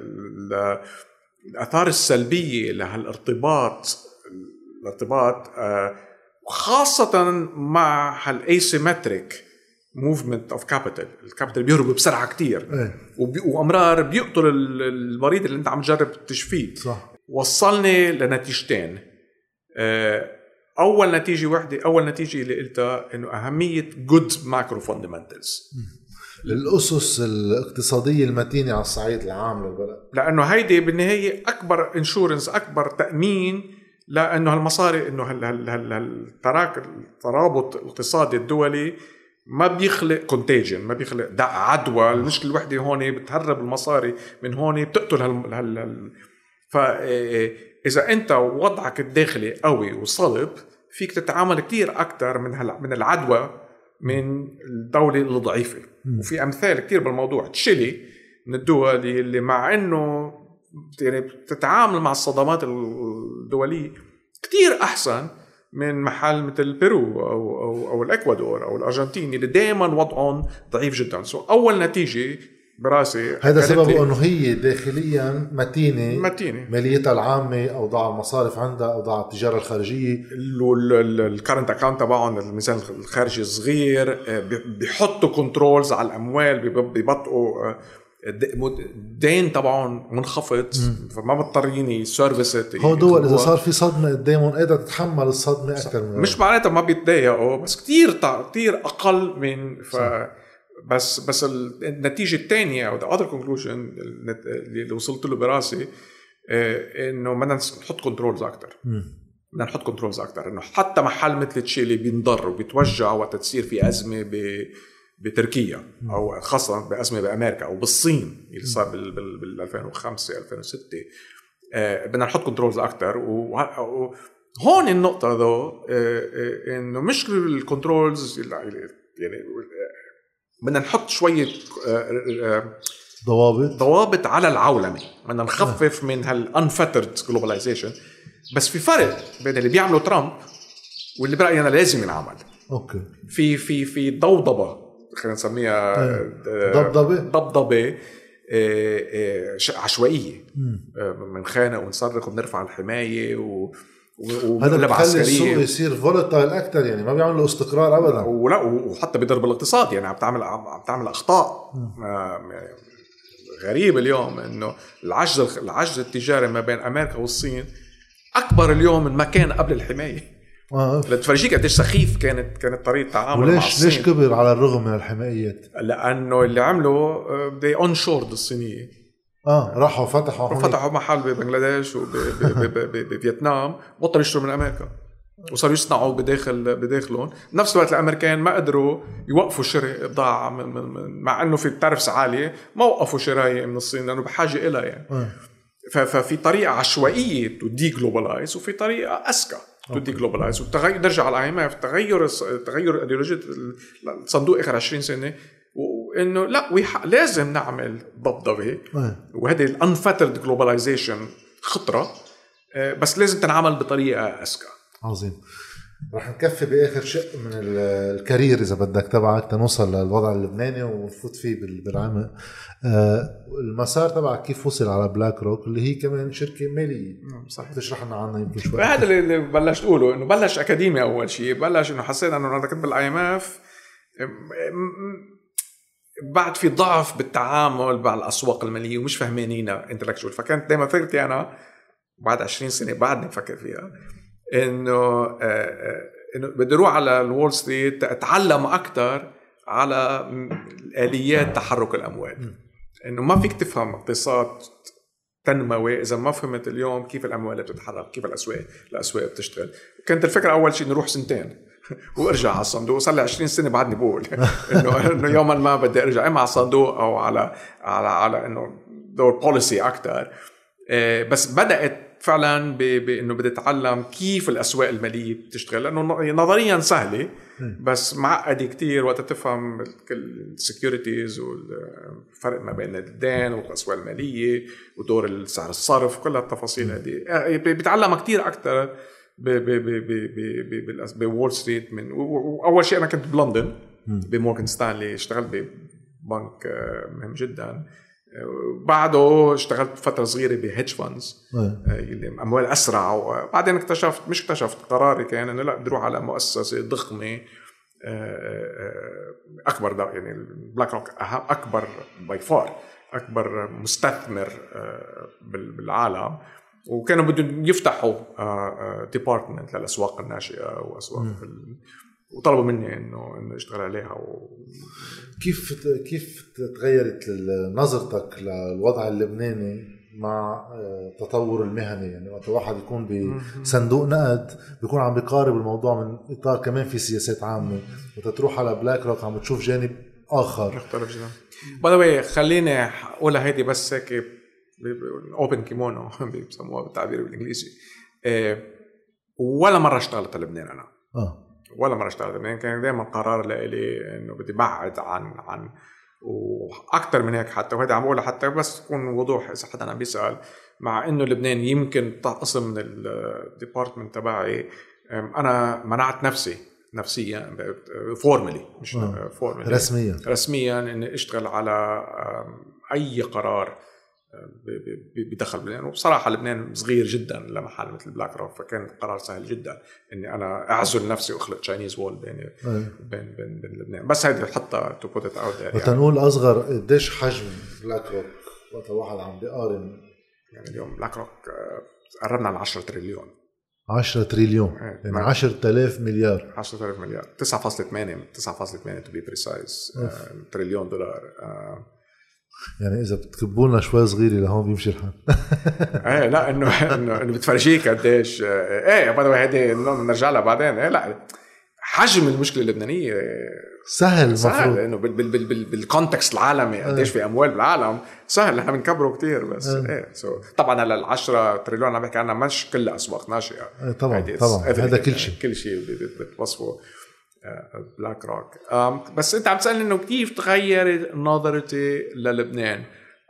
S2: الآثار السلبية لهالارتباط خاصة مع هالاسيمتريك موفمنت اوف كابيتال. الكابيتال بيهرب بسرعة كتير وأمرار بيقتل المريض اللي انت عم تجرب تشفيه. وصلني لنتيجتين. أول نتيجة اللي قلتها إنه أهمية good macro fundamentals،
S1: الأسس الاقتصادية المتينة على الصعيد العام للبلد،
S2: لأنه هيدي بالنهاية أكبر انشورنس، أكبر تأمين لأنه هالمصاري، إنه الترابط الاقتصادي الدولي ما بيخلق كونتاجن، ما بيخلق عدوى. المشكلة الوحدة هون بتهرب المصاري من هون بتقتل فإذا أنت وضعك الداخلي قوي وصلب فيك تتعامل كتير أكتر من العدوى من الدولة الضعيفة. وفي أمثال كتير بالموضوع. تشيلي من الدول اللي مع أنه يعني بتتعامل مع الصدمات الدولية كتير أحسن من محل مثل بيرو أو الأكوادور أو الأرجنتين اللي دائما وضعهم ضعيف جدا. أول نتيجة براسي
S1: هذا سببه أنه هي داخليا متينة ماليتها العامة، أوضاع المصارف عندها، أوضاع التجارة الخارجية،
S2: الكارنت أكاونت تبعهم الميزان الخارجي صغير، بيحطوا كنترولز على الأموال، بيبطئوا الدين تبعهم منخفض، فما بضطرين يسيرفيسات.
S1: هو دول إذا صار في صدمة قدامهم قادرة تتحمل الصدمة أكثر من
S2: مش معناتها ما بيتضايقوا، بس كتير أقل من بس النتيجة الثانية أو the other conclusion اللي وصلت له براسي إنه بدنا نحط كنترولز أكتر. إنه حتى محل مثل تشيلي بينضر وبيتوجع وقت تصير في أزمة بتركيا، أو خاصة بأزمة بأمريكا أو بالصين اللي صار بال 2005 2006. بدنا نحط كنترولز أكتر. وهون النقطة ذو إنه مش الكنترولز يعني بدنا نحط شوية ضوابط على العولمة. بدنا نخفف من هالunfettered globalization. بس في فرق بين اللي بيعمله ترامب واللي برأيي أنا لازم ينعمل. في ضوضبة، خلينا نسميها ضبضبة عشوائية، من خانة ونصرخ ونرفع الحماية
S1: هذا بخلي السوق يصير فولاتايل أكتر، يعني ما بيعمل له استقرار أبدا.
S2: ولا وحتى بيضرب الاقتصاد، يعني عم تعمل أخطاء. غريب اليوم إنه العجز التجاري ما بين أمريكا والصين أكبر اليوم من ما كان قبل الحماية. لتفرجيك قديش سخيف كانت طريقة التعامل مع الصين.
S1: ليش كبر على الرغم من الحمايات؟
S2: لأنه اللي عمله they onshored الصينية
S1: راحوا فتحوا
S2: محل ببنغلاديش وبفيتنام، بطلوا يشتروا من امريكا وصاروا يصنعوا بداخلهم. بنفس الوقت الامريكان ما قدروا يوقفوا شراء بضاعه مع انه في التارفس عاليه، ما وقفوا شراء من الصين لانه بحاجه إلها يعني. ففي طريقه عشوائيه تو دي جلوبالايز، وفي طريقه اذكى تو دي جلوبالايز. والتغير نرجع على IMF، تغير ايديولوجيه الصندوق اخر 20 سنه، وانه لا لازم نعمل ضبضبه، وهذه الانفترد جلوباليزيشن خطره، بس لازم تنعمل بطريقه اذكى.
S1: عظيم. رح نكفي باخر شق من الكارير اذا بدك تبعك تنوصل للوضع اللبناني ونفوت فيه بالعمق. المسار تبعك كيف وصل على بلاك روك اللي هي كمان شركه ماليه؟
S2: صحيح.
S1: تشرح لنا عنها يمكن شوي.
S2: هذا اللي بلشت اقوله، انه بلش اكاديمي. اول شيء بلش انه حسيت انه انا كنت بالIMF بعد في ضعف بالتعامل مع الاسواق الماليه ومش فهمانينها انتلكتشوال. فكانت دائما فكرتي انا بعد 20 سنه بعدني بفكر فيها انه بدي اروح على الوول ستريت اتعلم اكثر على الاليات تحرك الاموال. انه ما فيك تفهم اقتصاد تنموي اذا ما فهمت اليوم كيف الاموال بتتحرك، كيف الاسواق بتشتغل. كانت الفكره اول شيء نروح سنتين وارجع على الصندوق. صار لي 20 سنه بعدني بقول انه يوما ما بدي ارجع اما على الصندوق او على انه دور بوليسي اكثر. بس بدات فعلا بانه بدي اتعلم كيف الاسواق الماليه بتشتغل، لانه نظريا سهله بس معقده كتير وقت تفهم السكيورتيز والفرق ما بين الدين والاسواق الماليه ودور سعر الصرف وكل التفاصيل هذه. بتعلم كتير اكثر بوول ستريت. من اول شيء انا كنت بلندن بمورغان ستانلي، اشتغلت ببنك مهم جدا. بعده اشتغلت فترة صغيرة بهيدج فاندز اللي أموال أسرع. وبعدين اكتشفت قراري كان إنه لا بدي أروح على مؤسسة ضخمة أكبر. ده يعني بلاك روك أكبر باي فار، أكبر مستثمر بالعالم، وكانوا بدهم يفتحوا ديبارتمنت للأسواق الناشئة وأسواق وطلبوا مني انه اشتغل عليها.
S1: كيف تغيرت نظرتك للوضع اللبناني مع تطور المهني؟ يعني وقت واحد يكون بصندوق نقد بيكون عم بيقارب الموضوع من اطار كمان في سياسات عامه، وتروح على بلاك روك عم بتشوف جانب اخر
S2: مختلف جدا. باي ذا واي خليني اقولها هيدي بس هيك اوبن كيمونو بيسموها بالتعبير بالانجليزي. ولا مره اشتغلت لبنان انا. ولا مرة اشتغلت لبنان. كان دائما قرار لإلي إنه بدي بعد عن وأكتر من هيك حتى. وهذا عم بقولها حتى بس تكون وضوح إذا حدا عم بيسأل. مع إنه لبنان يمكن قسم من الديبارتمنت تبعي أنا منعت نفسيا فورمالي، مش فورمالي، رسميا إني أشتغل على أي قرار بدخل لبنان. وبصراحة لبنان صغير جدا لمحل مثل بلاك روك، فكان قرار سهل جدا إني أنا أعزل نفسي وأخلق تشاينيز وول بين لبنان. بس هيدي حتى to put it out there.
S1: وتنقول أصغر قديش حجم بلاك روك وقت واحد عم بيقارن؟
S2: يعني اليوم بلاك روك قربنا على 10 تريليون.
S1: 10 تريليون يعني 10,000 مليار.
S2: 10,000 مليار. 9.8 to be precise تريليون دولار.
S1: يعني إذا بتكبوا لنا شوي صغيرة لهون بيمشي الحال.
S2: لا إنه بتفرجيك قديش. بدو هذه نرجع لها بعدين. لا حجم المشكلة اللبنانية
S1: سهل
S2: إنه بالكونتكست العالمي قديش في أموال بالعالم سهل. إحنا بنكبره كتير بس. طبعا على 10 تريليون عم بحكي عنها مش كل أسواق ناشئة.
S1: طبعا هذا كل شيء
S2: بتوصفه بلاك روك. بس انت عم تسألني انه كيف تغير نظرتي للبنان.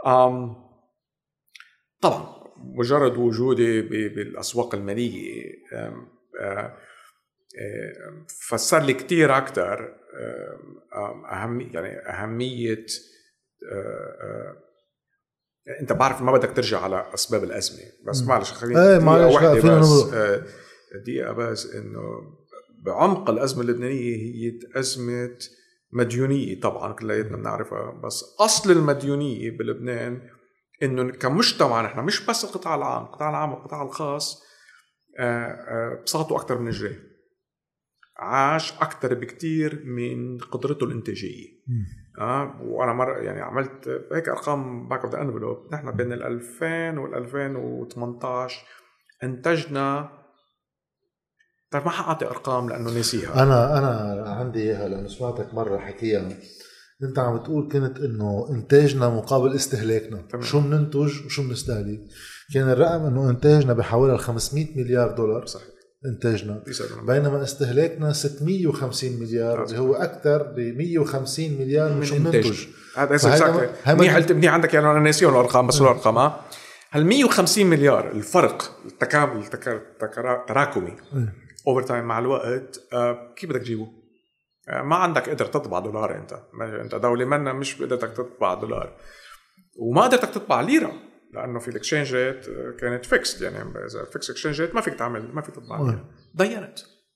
S2: طبعا مجرد وجودي بالاسواق الماليه فسر لي كتير اكثر اهميه انت بعرف ما بدك ترجع على اسباب الازمه. بس معلش خليني دقيقه بس انه بعمق الأزمة اللبنانية هي أزمة مديونية. طبعا كلياتنا بنعرفها. بس أصل المديونية بلبنان إنه كمجتمع نحن مش بس القطاع العام والقطاع الخاص بساطوا أكتر من الجري. عاش أكتر بكتير من قدرته الإنتاجية. وأنا مرة يعني عملت هيك أرقام باك أوف ذا أنفلوب، نحن بين 2000 وال2018 انتجنا، طيب ما حأعطي أرقام لأنه نسيها.
S1: أنا عندي إياها لأنه سمعتك مرة حكيها. أنت عم تقول كنت إنه إنتاجنا مقابل استهلاكنا.
S2: تمام.
S1: شو مننتج وشو منستهلك. كان الرقم إنه إنتاجنا بحوالي 500 مليار دولار.
S2: صحيح.
S1: إنتاجنا، بينما استهلاكنا 650 مليار، اللي هو أكثر ب 150 مليار من شو مننتج.
S2: هذا مني عندك يعني أنا ناسيهم الأرقام بس الأرقام هل 150 مليار الفرق التكامل تراكمي اوفر تايم مع الوقت. كيف بدك تجيبه؟ ما عندك قدر تطبع دولار. انت دولة منا مش بقدرتك تطبع دولار، وما قدرتك تطبع ليرة لانه في الاكسشينج ريت كانت فيكسد. يعني اذا فيكس اكسشينج ريت ما فيك تعمل، ما فيك تطبع ليرة. ضينت.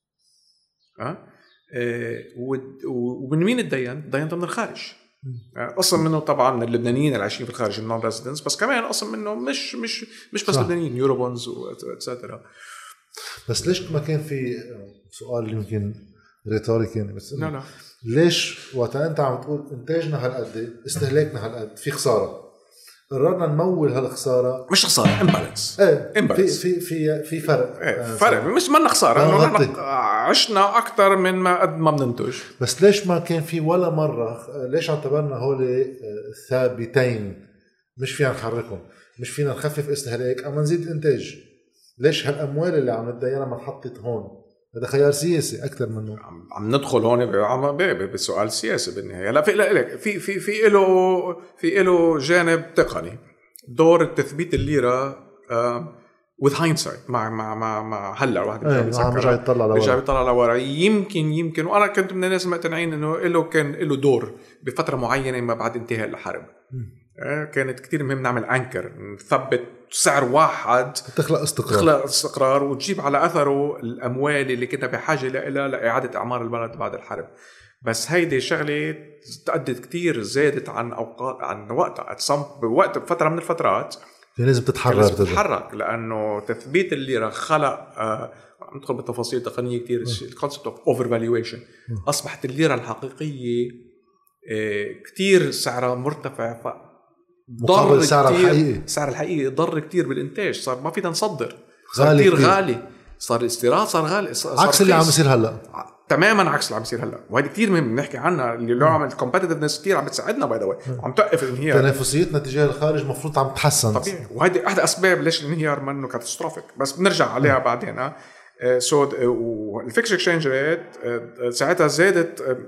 S2: ومن مين الدين؟ دينت من الخارج. اصلا منه طبعا من اللبنانيين اللي عايشين في الخارج النون ريزيدنس، بس كمان اصلا منه مش بس لبنانيين، يوروبونز واتسترا.
S1: بس ليش ما كان في سؤال يمكن ريتوريكي يعني، بس
S2: لا
S1: ليش وقت انت عم تقول انتاجنا هالقد استهلاكنا هالقد في خساره، قررنا نمول هالخساره؟
S2: مش خساره، امبالانس.
S1: في فرق.
S2: فرق مش منا خساره، انه نحن عشنا اكثر من ما قد ما بننتج.
S1: بس ليش ما كان في ولا مره؟ ليش اعتبرنا هول ثابتين مش فينا نحركهم، مش فينا نخفف استهلاك اما نزيد انتاج؟ ليش هالاموال اللي عم ندينها ما اتحطت هون؟ هذا خيار سياسي اكثر منه. عم
S2: ندخل هون بالسؤال السياسي بالنهايه. لا في له جانب تقني، دور تثبيت الليره with hindsight مع هلا الواحد
S1: رجع يطلع
S2: لورا يمكن وانا كنت من الناس المقتنعين انه كان له دور بفتره معينه ما بعد انتهاء الحرب. كانت كتير مهم نعمل أنكر، نثبت سعر واحد،
S1: تخلق
S2: استقرار وتجيب على أثره الأموال اللي كنا بحاجة لها لإعادة إعمار البلد بعد الحرب. بس هيدي شغلة تأدت كتير، زادت عن وقتها بوقت فترة من الفترات
S1: لازم تتحرك
S2: لأنه تثبيت الليرة خلق ندخل بالتفاصيل تقنية كتير. الكونسبت اوف اوفر فالويشن، أصبحت الليرة الحقيقية كتير سعرها مرتفع،
S1: مقابل
S2: سعر الحقيقي ضر كتير بالإنتاج. صار ما فينا نصدر،
S1: صار
S2: كتير غالي، صار الاستيراد صار غالي،
S1: عكس اللي عم يصير هلا،
S2: تماما عكس اللي عم يصير هلا. وهذا كتير مهم نحكي عنها، اللي له عمل الكومبيتيتيفنس كتير عم بتساعدنا باي ذا واي، عم توقف الانهيار.
S1: تنافسيتنا تجاه الخارج مفروض عم تحسن
S2: طبيعي، وهذه احد اسباب ليش الانهيار منه كاتاستروفيك، بس بنرجع عليها بعدين. والفيكس اكسشينج ريت ساعتها زادت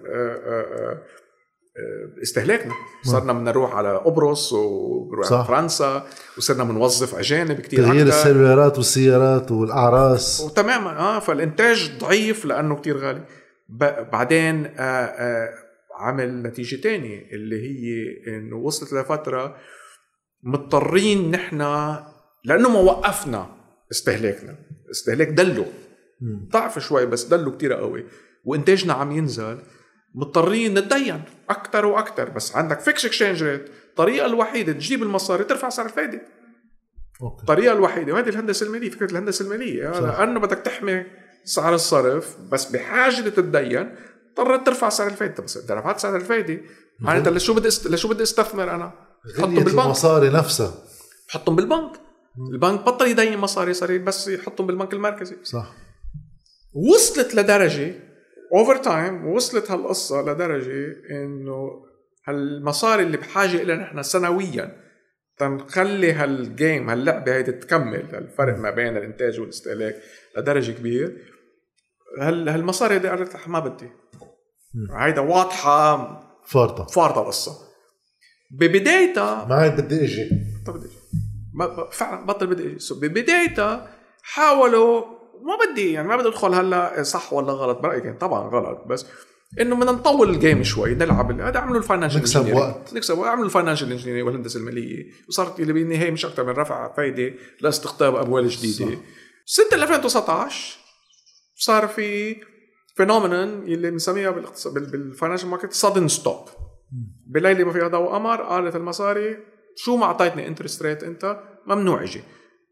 S2: استهلاكنا. صرنا بدنا نروح على قبرص ونروح على فرنسا، وصرنا بنوظف اجانب كتير،
S1: تغيير السيارات والسيارات والاعراس
S2: وتماما. فالانتاج ضعيف لانه كتير غالي. بعدين عمل نتيجة تانية اللي هي انه وصلت لفترة مضطرين نحنا، لانه ما وقفنا استهلاك دلو ضعف شوي بس دلو كتير قوي، وانتاجنا عم ينزل، مضطرين ندين أكتر وأكتر. بس عندك فيكس اكسشينج ريت، الطريقة الوحيدة تجيب المصاري ترفع سعر الفايدة. الطريقة الوحيدة، وهذه الهندسة المالية، فكرة الهندسة المالية، لأنه بدك تحمي سعر الصرف بس بحاجة لتدين اضطرت ترفع سعر الفايدة. بس انت رفعت سعر الفايدة معناتها لشو بدي استثمر انا؟
S1: حطهم بالبنك، المصاري نفسها
S2: حطهم بالبنك. البنك بطل يدين مصاري، صار بس يحطهم بالبنك المركزي.
S1: صح.
S2: وصلت لدرجة اوفر تايم، وصلت هالقصة لدرجة انه هالمصاري اللي بحاجة إلى نحن سنويا تنخلي هالجيم هاللعبة هاي تتكمل، الفرق ما بين الانتاج والاستهلاك لدرجة كبير، هالمصاري دي قالت ما بدي. هيدا واضحة فارطة القصة ببدايتها.
S1: ما عاد بدي اجي،
S2: فعلا بطل بدي اجي. ببدايتها حاولوا، ما بدي يعني ما بدي ادخل هلا صح ولا غلط، برأيي كان طبعا غلط، بس انه بدنا نطول الجيم شوي، نلعب هذا، عملوا الفاينانشال نكسب عملوا الفاينانشال انجينيرنج والهندسه الماليه، وصارت اللي بالنهايه مش اكثر من رفع فايده لاستقطاب اموال جديده. سنه 2019 صار في فينومينون اللي بنسميها بالفاينانشال ماركت سادن ستوب. بالليله ما فيها ضوء قمر، قالت المصاري شو ما اعطيتني انترست ريت انت ممنوع يجي.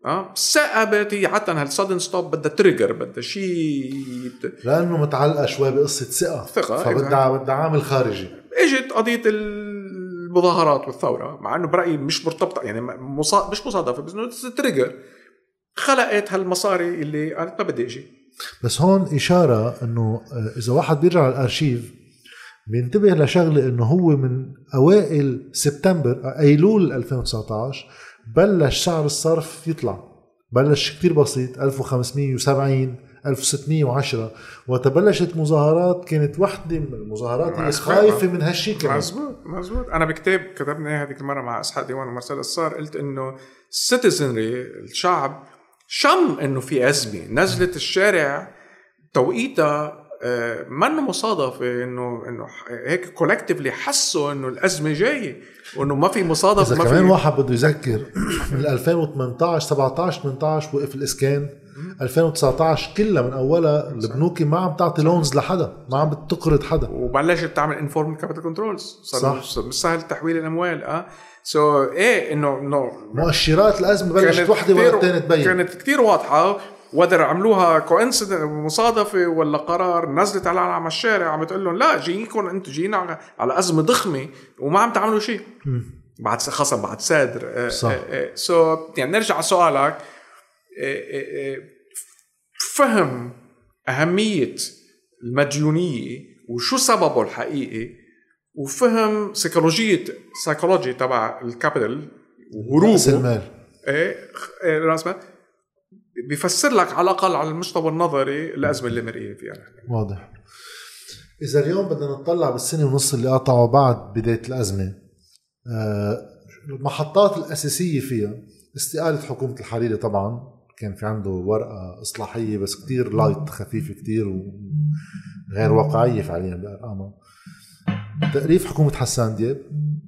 S2: ثقبت هي حتى هالسادن ستوب بدها تريجر، بدها شيء
S1: لانه متعلقه شوي بقصه ثقه فبدها عامل خارجي.
S2: اجت قضيه المظاهرات والثوره، مع انه برايي مش مرتبطه يعني مش مصادفه، بس انه تريجر خلقت هالمصاري اللي قالت ما بدي اجي.
S1: بس هون اشاره انه اذا واحد بيرجع على الارشيف بينتبه لشغله، انه هو من اوائل سبتمبر ايلول 2019 بلش سعر الصرف يطلع، بلش كتير بسيط 1570 1610 وتبلشت مظاهرات. كانت واحدة من المظاهرات هي خايفة من هالشيء كمان.
S2: مزبوط. أنا بكتاب كتبنا هذيك المرة مع إسحاق ديوان ومرسل الصار، قلت إنه السيتيزنري الشعب شم إنه في أزمة نزلت الشارع توقيتها، منه مصادفة إنه هيك كولكتيفلي حسوا إنه الأزمة جاية وإنه ما في مصادفة.
S1: إذا كمان واحد بده يذكر من 2018 17 18 وقف الإسكان، 2019 كلها من أولها البنوك ما عم تعطي لونز لحدا، ما عم بتقرض حدا،
S2: وبلشت تعمل انفورمال كابيتال كنترولز. صح، مش سهل تحويل الأموال. إيه إنه
S1: مؤشرات الأزمة بلشت وحدة ولا الثانية تبين،
S2: كانت كتير واضحة. وقدر عملوها كوينسيدنت مصادفة ولا قرار، نزلت على الشارع عم بتقول لهم لا جيكم انتوا جينا على أزمة ضخمة وما عم تعملوا شيء بعد خاصة بعد صدر. يعني نرجع على سؤالك، فهم أهمية المديونية وشو سببه الحقيقي، وفهم سيكولوجي تبع الكابيتال وهروبه
S1: رأس المال.
S2: رأس المال بيفسر لك على الأقل على المستوى النظري الأزمة اللي مرقية فيها.
S1: واضح. إذا اليوم بدنا نطلع بالسنة ونص اللي قطعوا بعد بداية الأزمة، المحطات الأساسية فيها استقالة حكومة الحريري. طبعا كان في عنده ورقة إصلاحية بس كتير لايت، خفيفة كتير وغير واقعية فعليا بأرقامها. تأليف حكومة حسان دياب،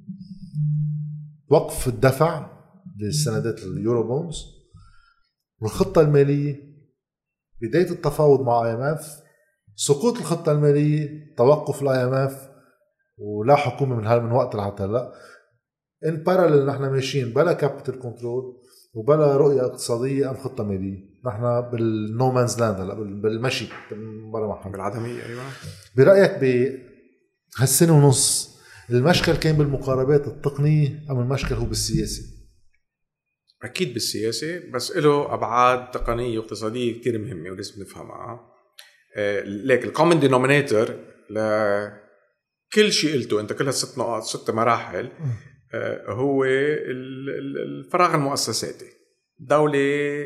S1: وقف الدفع للسندات اليورو بونز، والخطة المالية، بداية التفاوض مع IMF، سقوط الخطة المالية، توقف IMF، ولا حكومة من وقت لحتى هلا. ان بارالل نحن ماشيين بلا كابيتال كنترول وبلا رؤية اقتصادية ام خطة مالية، نحن بالنو مانز لاند هلا، بالمشي برا محل،
S2: بالعدمية. ايوه.
S1: برأيك بهالسنة ونص المشكل كان بالمقاربات التقنية ام المشكل هو بالسياسي؟
S2: أكيد بالسياسة، بس له أبعاد تقنية واقتصادية كتير مهمة ولازم نفهمها. ليك الكومن دينومينيتور لكل شيء قلته أنت، كل هالست نقاط 6 مراحل، هو الفراغ المؤسساتي. الدولة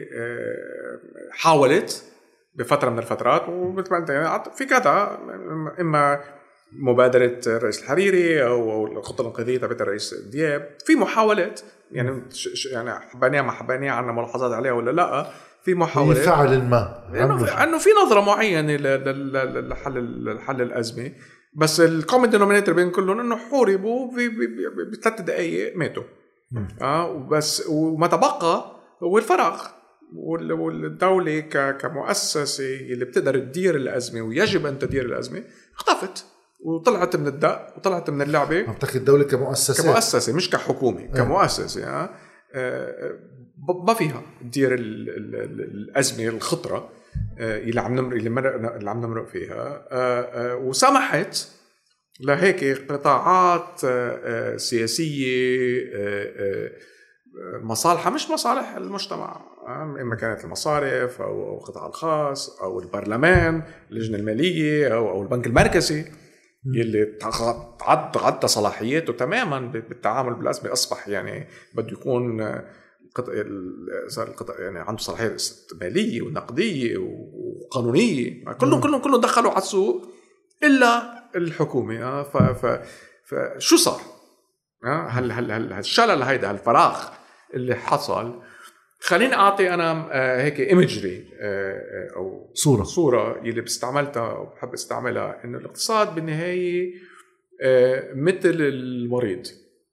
S2: حاولت بفترة من الفترات، في كذا، إما مبادرة الرئيس الحريري أو الخطة الانقاذية تبعت الرئيس دياب، في محاولات يعني حبانية ما حبانية، عنا ملاحظات عليها ولا لا، في محاولات
S1: فعل ما
S2: أنه في نظرة معينة لحل الأزمة. بس الكومن دينومينيتور بين كلهم أنه حوربوا ب3 دقايق ماتوا. بس وما تبقى هو الفراغ، والدولة كمؤسسة اللي بتقدر تدير الأزمة ويجب أن تدير الأزمة اختفت وطلعت من الدق وطلعت من اللعبة.
S1: عم تحكي الدولة كمؤسسة
S2: مش كحكومة، كمؤسسة. ما فيها تدير الأزمة الخطرة اللي عم نمرق فيها، وسمحت لهيك قطاعات سياسية مصالحة مش مصالح المجتمع، إما كانت المصارف أو القطاع الخاص أو البرلمان، اللجنة المالية أو البنك المركزي، يلي عدى صلاحياته تماما بالتعامل بالأزمة. أصبح يعني بده يكون صار القطاع يعني عنده صلاحيات مالية ونقدية وقانونية، كلهم دخلوا على السوق إلا الحكومة. فشو صار؟ هل الشلل هيدا، هالفراغ اللي حصل، خليني أعطي أنا هيك إيمجري أو صورة اللي بستعملتها وبحب استعملها، إنه الاقتصاد بالنهاية مثل المريض.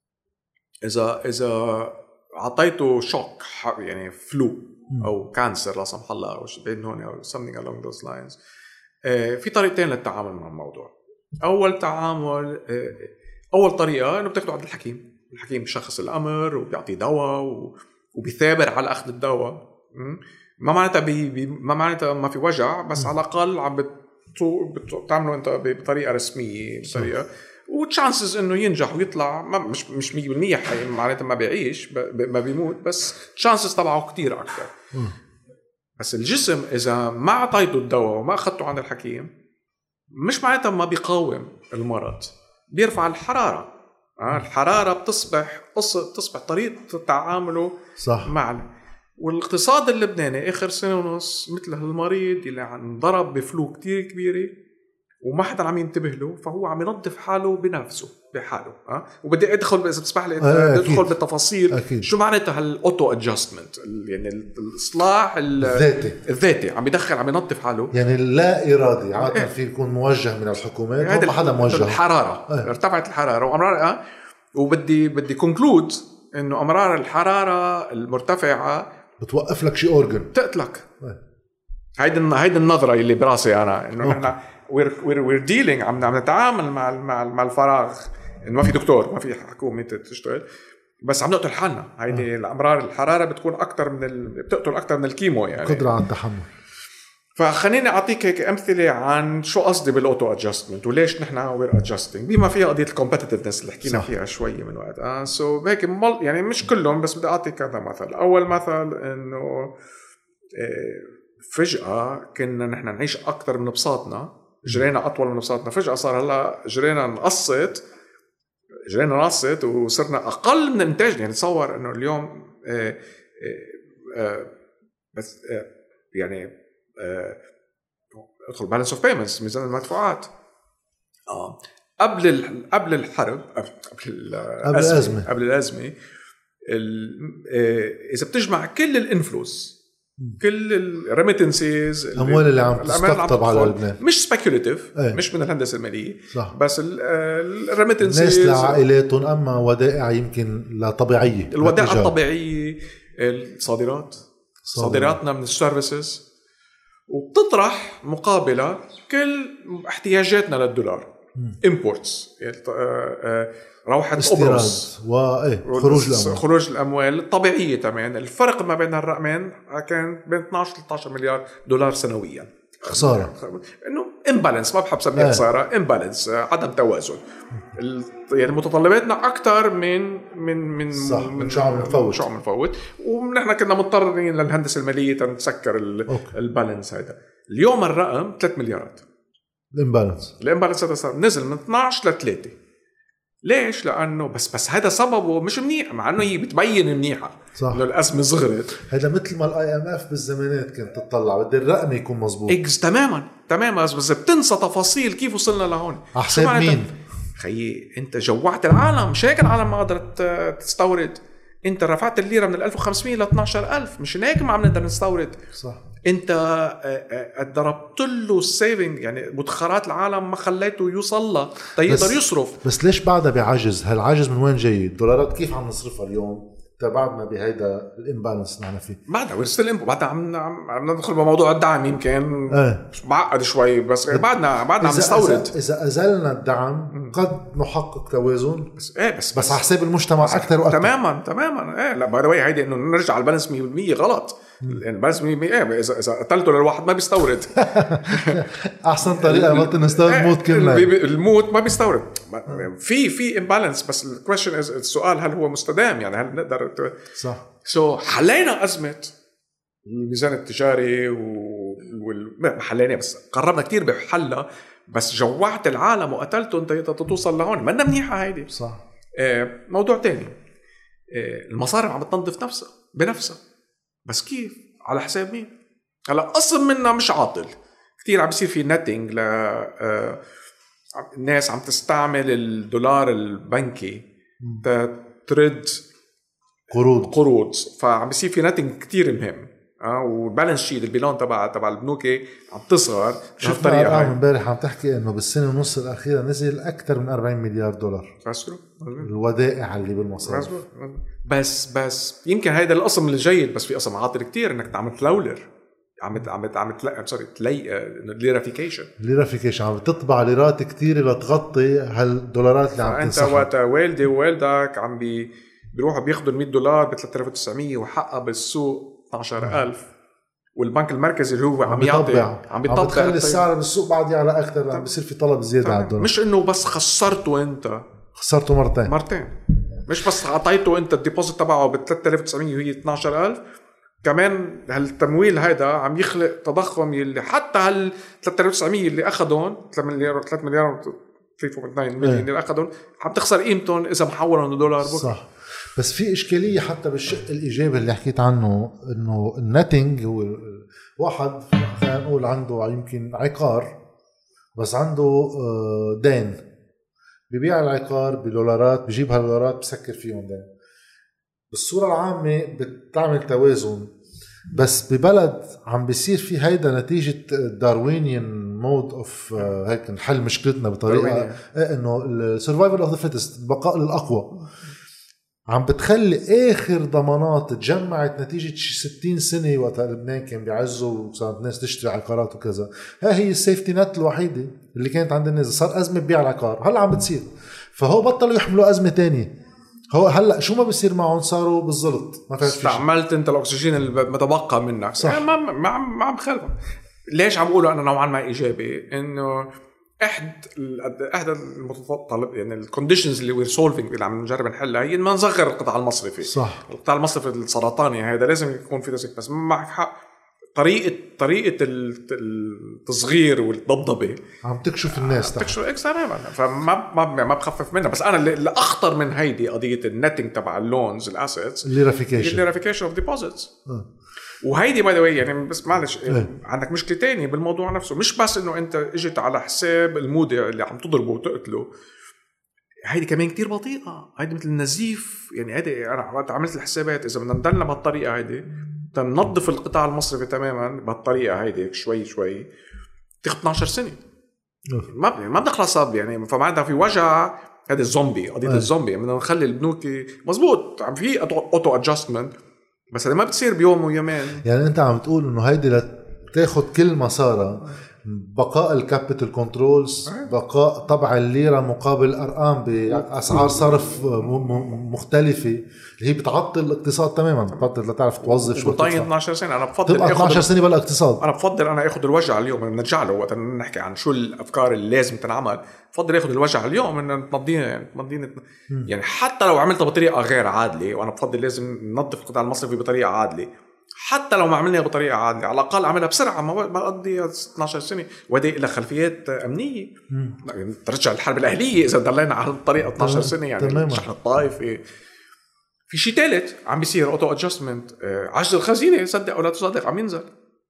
S2: إذا عطيته شوك يعني فلو أو كانسر لا سمح الله أو شيء هون أو something along those lines، في طريقتين للتعامل مع الموضوع. أول طريقة إنه بتاخده عند الحكيم بشخص الأمر وبيعطيه دواء وبيثابر على أخذ الدواء، ما معناتها ما معناتها ما في وجع، بس على الأقل عم بتعمله أنت بطريقة رسمية، بطريقة وتشانسز إنه ينجح ويطلع مش 100% معناتها ما بيعيش ما بيموت، بس تشانسز تبعه كتير أكتر. بس الجسم إذا ما عطيته الدواء وما أخذته عند الحكيم مش معناتها ما بيقاوم المرض، بيرفع الحرارة. الحرارة بتصبح طريقة تعامله
S1: صح.
S2: مع والاقتصاد اللبناني آخر سنة ونص مثل هالمريض اللي انضرب بفلو كتير كبيرة وما حدا عم ينتبه له، فهو عم ينظف حاله بنفسه بحاله. وبدي ادخل اذا بتسمح لي ادخل بالتفاصيل
S1: أكيد.
S2: شو معناتها هالاوتو ادجستمنت، يعني الاصلاح الذاتي عم ينظف حاله،
S1: يعني لا ارادي عاده في يكون موجه من الحكومات، ما حدا موجه.
S2: الحراره ارتفعت الحراره وامرار وبدي كونكلود انه امرار الحراره المرتفعه
S1: بتوقف لك شي اورجن،
S2: تقتلك. هيدي النظره اللي براسي انا، انه نحن we're dealing عم نتعامل مع الفراغ، انه ما في دكتور، ما في حكومه تشتغل، بس عم نقتل حالنا. هيدي الامرار الحراره بتكون بتقتل اكثر من الكيمو، يعني
S1: قدره على التحمل.
S2: فخليني اعطيك هيك امثله عن شو قصدي بالاوتو ادجستمنت وليش نحن وير ادجستنج، بما فيها قضيه الكومبتيتيفنس اللي حكينا فيها شوي من وقت. سو هيك يعني مش كلهم، بس بدي اعطيك كذا مثل. اول مثل انه فجاه كنا نحن نعيش اكثر من بساطنا، جرينا اطول من بساطنا، فجاه صار هلا جرينا نقصت وصرنا اقل من الانتاج. يعني تصور انه اليوم بس يعني ادخل بالانس اوف بيمنتس، ميزان المدفوعات قبل الحرب، قبل الازمه اذا بتجمع كل الانفلوس، كل الريميتنسز،
S1: الاموال اللي عم تستقطب على لبنان،
S2: مش سبيكوليتيف، مش من الهندسه الماليه صح، بس الريميتنسز
S1: ناس لعائلاتهم، اما ودائع يمكن لا طبيعيه،
S2: الودائع الطبيعيه، صادراتنا من السيرفيسز، وبتطرح مقابله كل احتياجاتنا للدولار. imports، روحة قبرص خروج الأموال الطبيعية. تمام، الفرق ما بين الرقمين كان بين 12-13 مليار دولار سنويا.
S1: خسارة،
S2: إنه imbalance، ما بحب سميها خسارة، imbalance، عدم توازن. يعني متطلباتنا أكتر من شو عم نفوت، ونحن كنا مضطرين للهندسة المالية تسكر البالانس. هذا اليوم الرقم 3 مليارات. الامبالانس هذا صار نزل من 12 ل3. ليش؟ لانه بس هذا سببه مش منيح، مع انه هي بتبين منيحه انه الازمه صغرت.
S1: هذا مثل ما IMF بالزمانات كانت تطلع، بدي الرقم يكون مزبوط
S2: تماما بس بتنسى تفاصيل كيف وصلنا لهون.
S1: حساب مين؟
S2: خيي انت جوعت العالم، مش هيك العالم ما قدرت تستورد. انت رفعت الليره من 1500 ل 12000، مش هيك ما عم نقدر نستورد.
S1: صح،
S2: انت ضربت له السيفنج، يعني مدخرات العالم ما خليته يوصل له يقدر يصرف.
S1: بس ليش بعدها بعجز؟ هالعجز من وين جاي؟ الدولارات كيف عم نصرفها اليوم؟ بعدنا بهيدا الامبالانس نحن فيه، بعدنا
S2: ورستل بعدنا عم ندخل بموضوع الدعم، يمكن معقد شوي، بس بعدنا عم نستورد.
S1: اذا ازلنا الدعم قد نحقق توازن، بس على حساب المجتمع اكثر واكثر.
S2: تماما لا باي ذا واي، هيدي انه نرجع على البالانس 100% غلط. يعني البالانس 100%، اذا قتلته للواحد ما بيستورد.
S1: احسن طريقه ما نستورد موت كلنا،
S2: الموت ما بيستورد. في امبالانس، بس الكويشن السؤال هل هو مستدام؟ يعني هل نقدر
S1: صح.
S2: حلينا أزمة الميزان التجاري ما حلينا، بس قربنا كتير بحلها، بس جوعت العالم وقتلته انت توصل لهون، ما لنا منيحة هيدي.
S1: صح.
S2: موضوع تاني، المصارف عم بتنظف بنفسها، بس كيف؟ على حساب مين؟ هلا قسم منها مش عاطل كتير، عم بيصير في نتنج الناس عم تستعمل الدولار البنكي ترد قروض، فعم بيصير في ناتنج كتير مهم. والبالانس شيت، البيلون تبع البنوك عم تصغر.
S1: شفنا امبارح عم تحكي انه بالسنه ونص الاخيره نزل اكثر من 40 مليار دولار الودائع اللي بالمصارف.
S2: بس يمكن هيدا القسم الجيد، بس في قسم عاطل كتير انك عم تلولر، عم ليرافيكيشن، عم تطبع ليرات كتير لتغطي هالدولارات اللي عم تنسحب. انت وقت والدي ووالدك عم بيروحوا بياخدوا $100 ب 3900 وحقها بالسوق 12,000 والبنك المركزي اللي هو عم
S1: بيطبع بتخلي السعر بالسوق بعد يعلى اكثر، عم بيصير في طلب زياده على الدولار.
S2: مش انه بس خسرته مرتين مش بس اعطيته انت الديبوزيت تبعه ب 3900 وهي 12,000، كمان هالتمويل هيدا عم يخلق تضخم يلي حتى هال 3900 اللي اخذهم 3 مليار 3.9 مليون اللي اخذهم عم تخسر قيمتهم اذا محولهم لدولار بكره.
S1: صح. بس في اشكاليه حتى بالشق الايجابي اللي حكيت عنه، انه النتنج هو واحد خلينا نقول عنده يمكن عقار بس عنده دين، ببيع العقار بدولارات، بجيب هالدولارات بسكر فيهم دين. بالصورة العامة بتعمل توازن، بس ببلد عم بيصير في هيدا نتيجة داروينيان مود اوف هيك نحل مشكلتنا بطريقة انه السرفايفل اوف ذا فيتست، البقاء للأقوى، عم بتخلي اخر ضمانات تجمعت نتيجة 60 سنة وقت لبنان كان بيعزوا وصارت الناس تشتري عقارات وكذا. هي السيفتي نت الوحيدة اللي كانت عند الناس. صار أزمة بيع العقار، هلا عم بتصير، فهو بطلوا يحملوا أزمة تانية. هو هلا شو ما بيصير معهم صاروا بالزلط، ما
S2: استعملت انت الاكسجين اللي متبقى منك.
S1: صح.
S2: يعني ما عم بخالفهم. ليش عم بقوله انا نوعا ما ايجابي؟ انه احدى المتطلب يعني الكونديشنز اللي وير سولفينج اللي عم نجرب نحلها هي ما نصغر القطاع المصرفي.
S1: صح.
S2: القطاع المصرفي السرطاني هذا لازم يكون في تسكير، بس معك حق طريقه التصغير والضبضبه
S1: عم تكشف الناس
S2: تماما، فما بخفف منها. بس انا اللي اخطر من هيدي قضيه النتنج تبع اللونز الاسيتس، الليرافيكيشن اوف ديبوزيتس. وهيدي باي ذا واي يعني بس معلش عندك مشكله تانية بالموضوع نفسه، مش بس انه انت اجيت على حساب المودع اللي عم تضربه وتقتله، هيدي كمان كتير بطيئه، هيدي مثل النزيف. يعني هيدي انا عملت الحسابات، اذا بدنا نضلنا بهالطريقه هيدي تنظف القطاع المصرفي تماما بهالطريقه هيدي شوي تاخذ 12 سنه. ما بدنا خلاص يعني، فما عندنا في وجع. هذا الزومبي، قضيه الزومبي، بدنا نخلي البنوك مزبوط عم في اوتو ادجستمنت، بس هذا ما بتصير بيوم ويومين.
S1: يعني انت عم تقول انه هيدي لتاخد كل مسارها، بقاء الكابيتال كنترولز، بقاء طبع الليرة مقابل أرقام بأسعار صرف مختلفة اللي هي بتعطل الاقتصاد تماما، بتعطل لا تعرف توظف شو.
S2: طيب 12 سنة أنا بفضل
S1: 12 سنة بالاقتصاد.
S2: أنا بفضل أنا أخذ الوجع اليوم، بنرجع له وقت نحكي عن شو الأفكار اللي لازم تنعمل. بفضل أخذ الوجع اليوم إن تمضينا يعني حتى لو عملتها بطريقة غير عادلة، وأنا بفضل لازم ننظف القطاع المصرفي بطريقة عادلة. حتى لو ما عملناها بطريقه عادله على الاقل عملها بسرعه، ما قضي 12 سنه ودي لها خلفيات امنيه. يعني ترجع الحرب الاهليه اذا ضلينا على الطريقه 12 سنه. يعني شحن الطائفه في شيء ثالث عم بيصير اوتو ادجستمنت. عجز الخزينه صدق او لا تصدق عم ينزل.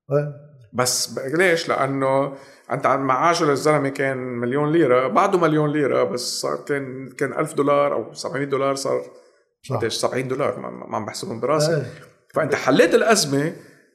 S2: بس ليش؟ لانه انت معاشه للزلمه كان مليون ليره، بعده مليون ليره، بس صار كان $1000 او $700 صار قديش $70. ما عم بحسبهم براسي. فأنت حليت الأزمة،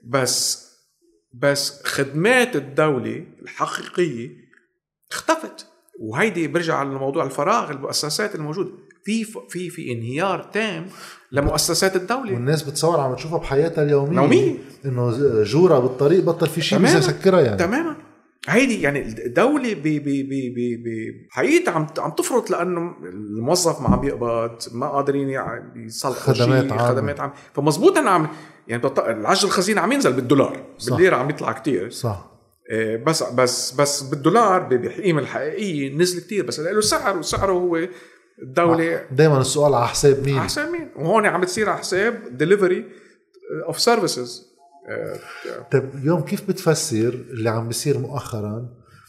S2: بس خدمات الدولة الحقيقية اختفت. وهيدي برجع على الموضوع الفراغ المؤسسات الموجودة في انهيار تام لمؤسسات الدولة.
S1: والناس بتصور عم تشوفها بحياتها اليومية إنه جورة بالطريق بطل في شيء بيسكرها يعني.
S2: تماما. هيدي يعني الدولة حقيقة عم تفرط، لأنه الموظف ما عم بيقبض، ما قادرين يصلحوا خدمات عام. فمزبوط أنا عم يعني العجز الخزينة عم ينزل بالدولار، بالليرة عم يطلع كتير.
S1: صح.
S2: بس بالدولار بالقيمة الحقيقية نزل كتير، بس له سعر، وسعره هو الدولة.
S1: دايما السؤال على حساب مين؟
S2: على حساب مين؟ وهون عم بتصير على حساب delivery of services.
S1: طيب اليوم كيف بتفسر اللي عم بيصير مؤخرا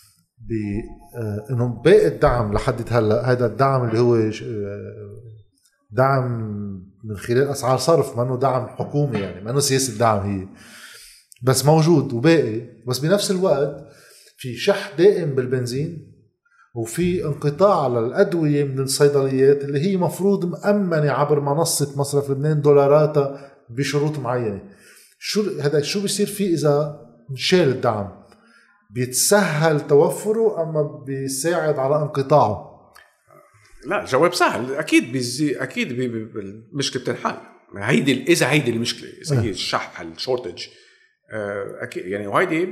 S1: انه باقي الدعم لحد هلا، هذا الدعم اللي هو دعم من خلال اسعار صرف، ما انه دعم حكومي، يعني ما انه سياسه دعم هي، بس موجود وباقي. بس بنفس الوقت في شح دائم بالبنزين، وفي انقطاع على الادويه من الصيدليات اللي هي مفروض مأمنه عبر منصه مصرف لبنان دولاراتها بشروط معينه. شو بيصير فيه إذا نشال الدعم؟ بيتسهل توفره أما بيساعد على انقطاعه؟
S2: لا، جواب سهل. أكيد أكيد المشكلة بتنحل. إذا هيدي المشكلة، إذا هي الشح الشورتج، أكيد يعني. وهيدي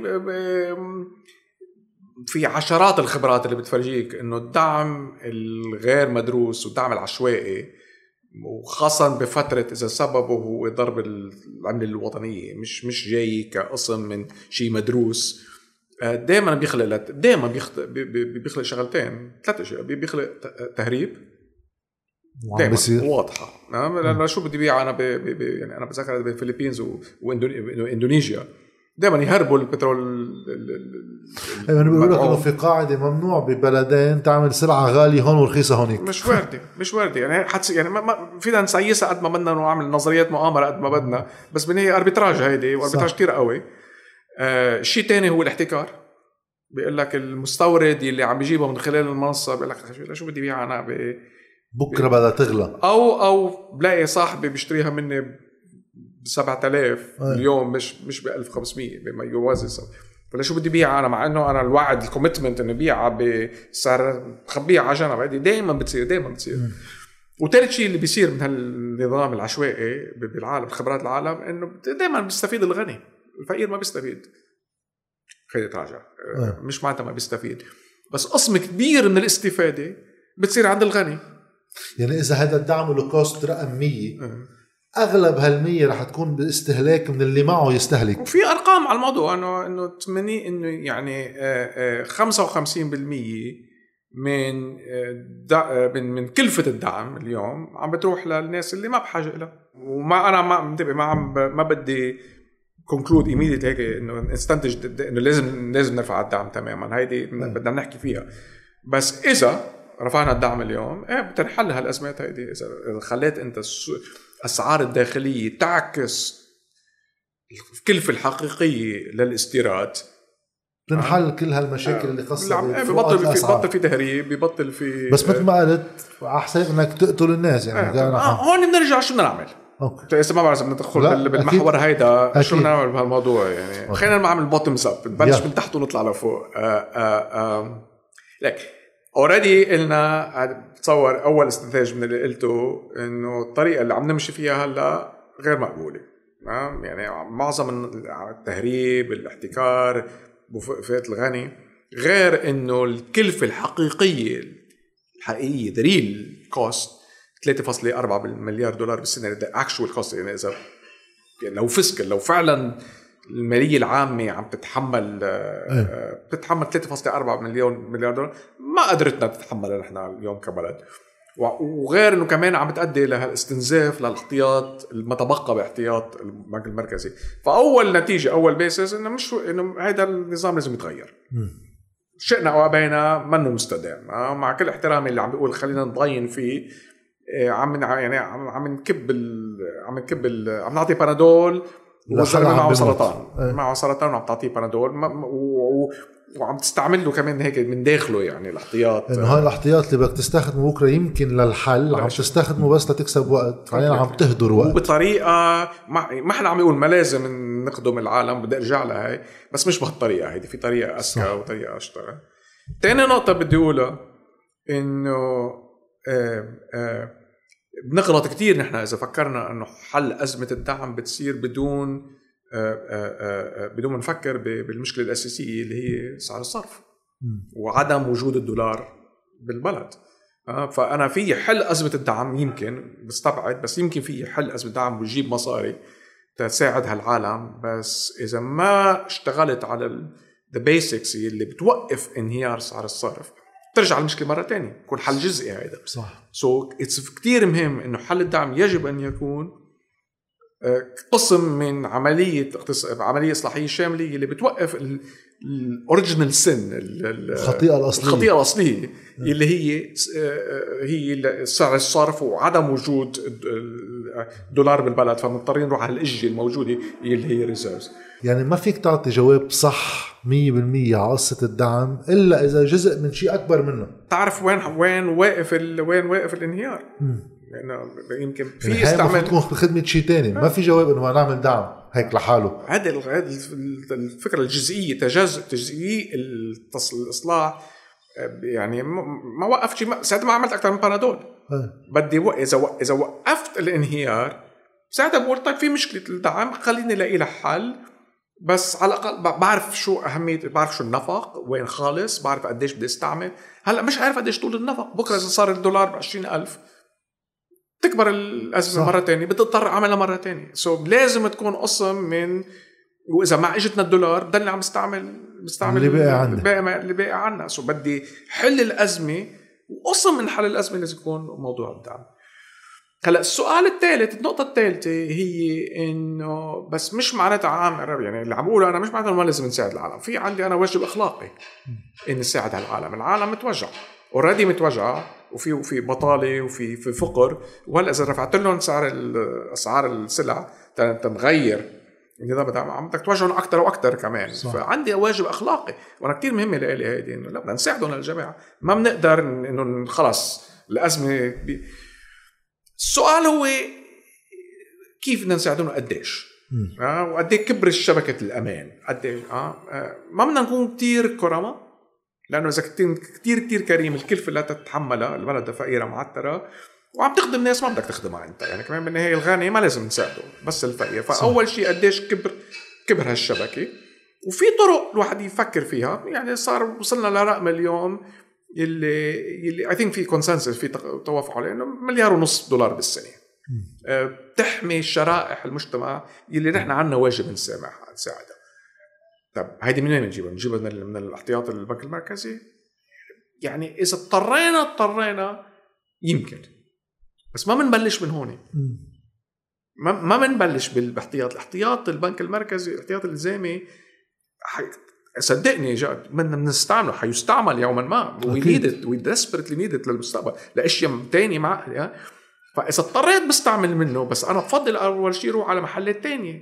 S2: في عشرات الخبرات اللي بتفرجيك إنه الدعم الغير مدروس والدعم العشوائي وخاصة بفترة إذا سببه هو ضرب العملة الوطنية مش جاي كقسم من شيء مدروس. دائما بيخلق شغلتين 3 أشياء. بيخلق تهريب دائما واضحة. لأن شو بدي بيع أنا يعني أنا بذكر بالفلبينز وإندونيسيا دائما يهربوا البترول.
S1: أنا بقول لك إنه في قاعدة ممنوع ببلدين تعمل سلعة غالية هون ورخيصة هونيك.
S2: مش واردة يعني يعني ما فينا نسيسها قد ما بدنا ونعمل نظريات مؤامرة قد ما بدنا، بس بالنهاية أربيتراج هيدي وأربيتراج كتير قوي. الشيء تاني هو الاحتكار. بيقول لك المستورد اللي عم بيجيبه من خلال المنصة بيقول لك شو بدي بيع أنا
S1: بكرة بدها تغلى،
S2: أو بلاقي صاحبي بيشتريها مني ب7,000 اليوم مش ب1500 بما يوازي. فلا شو بدي بيع أنا، مع إنه أنا الوعد الكوميتمنت إنه بيعها بسعر خبيها على جنب. هذه دائما بتصير. وثالث شيء اللي بيصير من هالنظام العشوائي بالعالم، خبرات العالم، إنه دائما بيستفيد الغني، الفقير ما بيستفيد. خلينا نتراجع، مش معناتها ما بيستفيد، بس قسم كبير من الاستفادة بتصير عند الغني.
S1: يعني إذا هذا الدعم له كوست رقم 100 أغلب هال100 رح تكون باستهلاك من اللي معه يستهلك.
S2: وفي أرقام على الموضوع إنه 80 إنه يعني 55% من كلفة الدعم اليوم عم بتروح للناس اللي ما بحاجة لها. وما أنا ما بدي conclude immediately هيك إنه نستنتج إنه لازم نرفع الدعم تماما. هيدي بدنا نحكي فيها، بس إذا رفعنا الدعم اليوم بتنحل هالأزمات هيدي. إذا خليت أنت الأسعار الداخلية تعكس الكلفة الحقيقية للاستيراد
S1: تنحل كل هالمشاكل اللي خاصة
S2: بيبطل في تهريب، بيبطل في
S1: بس مثل ما قلت أحسن إنك تقتل الناس يعني.
S2: هون بنرجع شو بدنا نعمل. إذا ما بعرف بدنا ندخل بالمحور هيدا شو بدنا نعمل بهالموضوع يعني. خلينا نعمل بوتومز اب، نبلش من تحت ونطلع لفوق. لك already قلنا تصور أول استنتاج من اللي قلته إنه الطريقة اللي عم نمشي فيها هلا غير مقبولة. يعني معظم التهريب، الاحتكار، بفئة الغني، غير إنه الكلفة الحقيقية the real cost 3.4 مليار دولار بالسنة. the actual cost يعني إذا يعني لو فعلا المالية العامة عم تتحمل 3.4 مليار دولار ما قدرتنا تتحملها نحن اليوم كبلد. وغير انه كمان عم تؤدي لهالاستنزاف للاحتياط المتبقى باحتياط البنك المركزي. فاول نتيجه اول بيسس انه هذا النظام لازم يتغير. شئنا او ابينا منه مستدام. مع كل احترامي اللي عم بيقول خلينا نضاين فيه، عم نعطي بنادول وزلمه معه سرطان وعم تعطيه بنادول وعم تستعمل له كمان هيك من داخله يعني الاحتياط.
S1: انه هاي الاحتياط اللي بدك تستخدمه بكره يمكن للحل عم تستخدمه بس لتكسب وقت، فعليا عم تهدر وقت
S2: وبطريقه ما احنا عم نقول ما لازم نخدم العالم، بدي ارجع لها هاي، بس مش بهالطريقه هيدي، في طريقه اذكى وطريقه اشطر. تاني نقطه بدي اقولها انه بنغلط كتير نحن اذا فكرنا انه حل ازمه الدعم بتصير بدون ما نفكر بالمشكله الاساسيه اللي هي سعر الصرف وعدم وجود الدولار بالبلد. فانا في حل ازمه الدعم يمكن بستبعد، بس يمكن في حل ازمه الدعم ويجيب مصاري تساعد هالعالم، بس اذا ما اشتغلت على the basics اللي بتوقف انهيار سعر الصرف ترجع المشكله مره تانية، يكون حل جزئي هذا.
S1: صح.
S2: it's كتير مهم انه حل الدعم يجب ان يكون قسم من عمليه اصلاحيه شامله اللي بتوقف الاوريجينال سن، الخطيئه الاصليه اللي هي سعر الصرف وعدم وجود الدولار بالبلد، فمضطرين نروح على الاجه الموجوده اللي هي ريزيرفز.
S1: يعني ما فيك تعطي جواب صح 100% على قصة الدعم إلا إذا جزء من شيء أكبر منه.
S2: تعرف وين واقف الانهيار. لأنه يمكن في
S1: استعمال تكون بخدمة شيء تاني. ما في جواب إنه نعمل دعم هيك لحاله.
S2: هذا الفكرة الجزئية تجزئي الإصلاح يعني ما وقفت شيء. ساعتها ما عملت أكثر من بنادول. بدي إذا وقفت الانهيار ساعتها بقول طيب في مشكلة الدعم خليني الاقي لها حل، بس على الأقل بعرف شو أهمية، بعرف شو النفق وين خالص، بعرف قديش بدي استعمل. هلأ مش عارف قديش طول النفق. بكرة إذا صار الدولار ب20,000 تكبر الأزمة مرة تانية بتضطر أعملها مرة تانية. لازم تكون قسم من، وإذا ما إجتنا الدولار بضلني عم بستعمل
S1: اللي
S2: باقي عنا. بدي حل الأزمة، وقسم من حل الأزمة لازم يكون موضوع الدعم. هلا السؤال الثالث، النقطة الثالثة هي إنه بس مش معناتها عام، يعني اللي عم بقوله أنا مش معناتها ما لازم نساعد العالم. في عندي أنا واجب أخلاقي إن نساعد العالم. العالم متوجع اوريدي، متوجع، وفي بطالة وفي فقر، وهلا إذا رفعت لهم أسعار السلع تنغير النظام عم بدك توجعهم أكتر وأكتر كمان. صح. فعندي واجب أخلاقي، وأنا كتير مهمة لي هيدي إنه لا بدنا نساعدهم الجماعة، ما بنقدر إنه خلاص الأزمة السؤال هو كيف بدنا نساعدهم قديش، وقديه كبر الشبكة الأمان قديه. ما بدنا نكون كتير كرمة، لأنه إذا كتير كريم الكلفة لا تتحملها، البلد فقيرة معترة وعم تخدم ناس ما بدك تخدمها أنت. يعني كمان بالنهاية الغني ما لازم نساعده، بس الفقير. فأول شيء قديش كبر هالشبكة، وفي طرق الواحد يفكر فيها. يعني وصلنا لرقم اليوم يلي I think في كونسنسس، في توافق عليه، إنه $1.5 بالسنة تحمي شرائح المجتمع يلي نحن عنا واجب نساعدها. طب هيدي من وين نجيبها من الاحتياط البنك المركزي. يعني إذا اضطرينا يمكن، بس ما بنبلش من هون. ما بنبلش بالاحتياط البنك المركزي، الاحتياط الالزامي. صدقني بدنا نستعمله، حيستعمل يوما ما، we desperately need it للمستقبل لأشياء تانية معقلة. فإذا اضطريت بستعمل منه، بس أنا بفضل أول شيء روح على محلات تانية.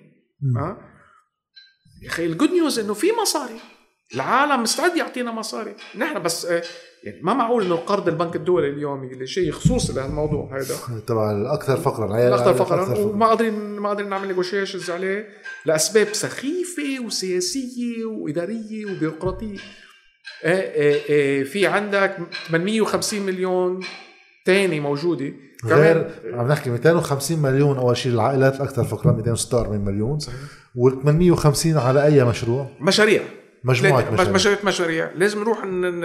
S2: يا أخي الجود نيوز إنه في مصاري، العالم مستعد يعطينا مصاري نحن، بس يعني ما معقول إنه قرض البنك الدولي اليوم يجي شيء خصوصي لهالموضوع هذا
S1: طبعا الأكثر فقرا،
S2: وما قادرين نعمل نيغوشيشنز عليه لأسباب سخيفة وسياسية وإدارية وبيروقراطية. في عندك 850 مليون تاني موجودة
S1: غير، عم نحكي 250 مليون أول شيء العائلات الأكثر فقرا 246 مليون، وال850 على أي مشاريع مشاريع لازم نروح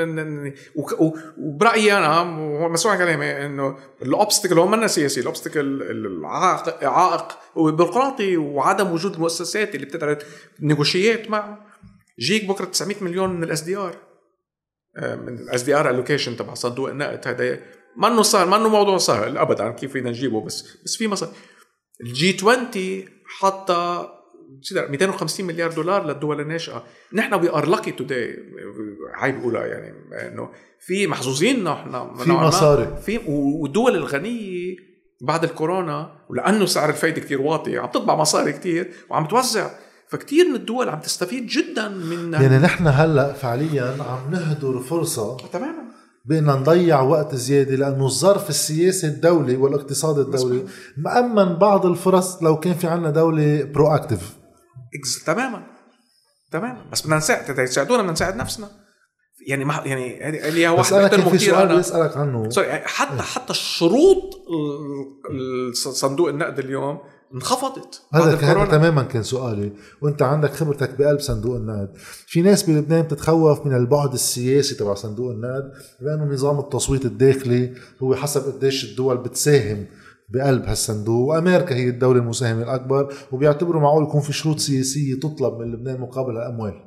S2: وبرأيي أنا مسموع كلامي إنه الأوبستكل هو منا سياسي، الأوبستكل العائق وبيروقراطي وعدم وجود المؤسسات اللي بتقدر نيغوشيات معه. جيك بكرة 900 مليون من الأسديار، من الأسديار ألوكيشن تبع صندوق النقد. هذا ما إنه موضوع سهل أبدا كيف بدنا نجيبه، بس في مصر. الجي 20 حتى 250 مليار دولار للدول الناشئة. نحن we are lucky today، عيب أقولها يعني إنه في محظوظين نحن
S1: في مصاري،
S2: في والدول الغنية بعد الكورونا، ولأنه سعر الفايدة كتير واطي عم تطبع مصاري كتير وعم توزع، فكتير من الدول عم تستفيد جدا من.
S1: يعني نحن هلأ فعليا عم نهدر فرصة
S2: تماما
S1: بأننا نضيع وقت زيادة، لأنه الظرف السياسي الدولي والاقتصاد الدولي مأمن بعض الفرص لو كان في عنا دولة برو أكتيف.
S2: تماما بس بدنا نساعدونا، بدنا نساعد نفسنا. يعني ما يعني اللي هو
S1: بس أنا كان في سؤال بيسألك عنه.
S2: حتى الشروط صندوق النقد اليوم انخفضت.
S1: هذا تماما كان سؤالي، وانت عندك خبرتك بقلب صندوق النقد. في ناس بلبنان بتتخوف من البعد السياسي تبع صندوق النقد، لأنه نظام التصويت الداخلي هو حسب قديش الدول بتساهم بقلب هالصندوق، وأمريكا هي الدولة المساهمة الأكبر، وبيعتبروا معقول يكون في شروط سياسية تطلب من لبنان مقابل الأموال.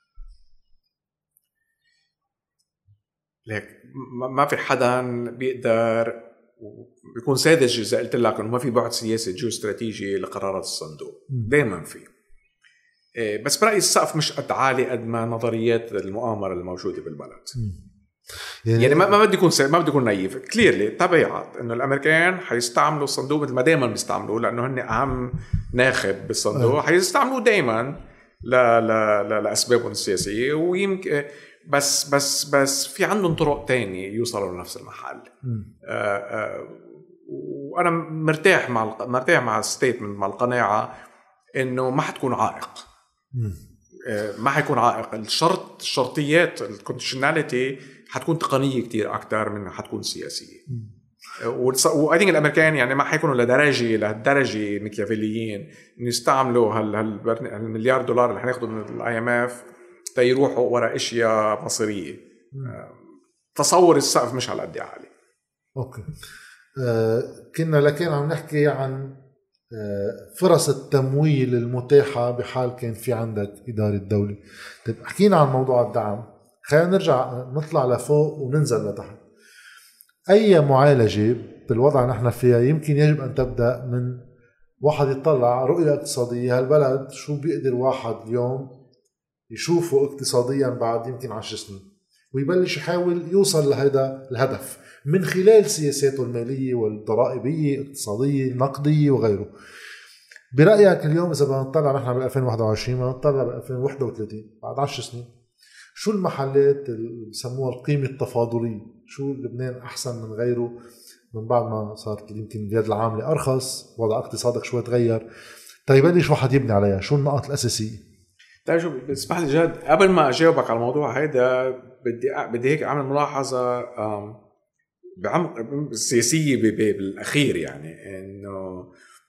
S2: لك ما في حدا بيقدر بيكون ساذج إذا قلت لك إنه ما في بعد سياسي جيو استراتيجي لقرارات الصندوق. دائما في، بس برأيي السقف مش قد عالي قد ما نظريات المؤامرة الموجودة بالبلد. يعني ما بدي يكون نايف. كليرلي طبيعة إنه الأمريكان حيستعملوا الصندوق مثل ما دايما بيستعملوا، لأنه هن أهم ناخب بالصندوق، حيستعملوا دايما لأسبابهم السياسية. ويمكن بس في عندهم طرق تانية يوصلوا لنفس المحل. وأنا مرتاح مع الستيتمنت، مع القناعة إنه ما حتكون عائق. ما حيكون عائق. الشرطيات الكونديشناليتي حتكون تقنية كتير أكتر من حتكون سياسية. وأدين الأمريكان يعني ما حيكونوا لهالدرجة ميكيافيليين إنه يستعملوا $1 مليار اللي حناخده من الIMF تيروحوا وراء أشياء مصيرية. تصور السقف مش على قد عالي.
S1: أوكي. كنا لكن عم نحكي عن فرص التمويل المتاحة بحال كان في عندك إدارة دولة. طيب حكينا عن موضوع الدعم، خلينا نرجع نطلع لفوق وننزل لتحت. أي معالجة بالوضع نحن فيها يمكن يجب أن تبدأ من واحد يطلع رؤية اقتصادية. هالبلد شو بيقدر واحد اليوم يشوفه اقتصاديا بعد يمكن 10 سنين، ويبلش يحاول يوصل لهذا الهدف من خلال سياساته المالية والضرائبية الاقتصادية النقدية وغيره. برأيك اليوم إذا بدنا نطلع نحن بال 2021 بدنا نطلع بال 2031 بعد 10 سنين، شو المحلات اللي بسموها القيمة التفاضلية؟ شو لبنان أحسن من غيره من بعد ما صارت يمكن اليد العاملة أرخص، وضع اقتصادك شوي تغير، تيبلش واحد يبني عليها؟ شو النقط الأساسية؟
S2: طيب شو بتسمح لي جد قبل ما أجاوبك على الموضوع هيدا بدي هيك أعمل ملاحظة بعمق السياسية بالأخير، يعني إنه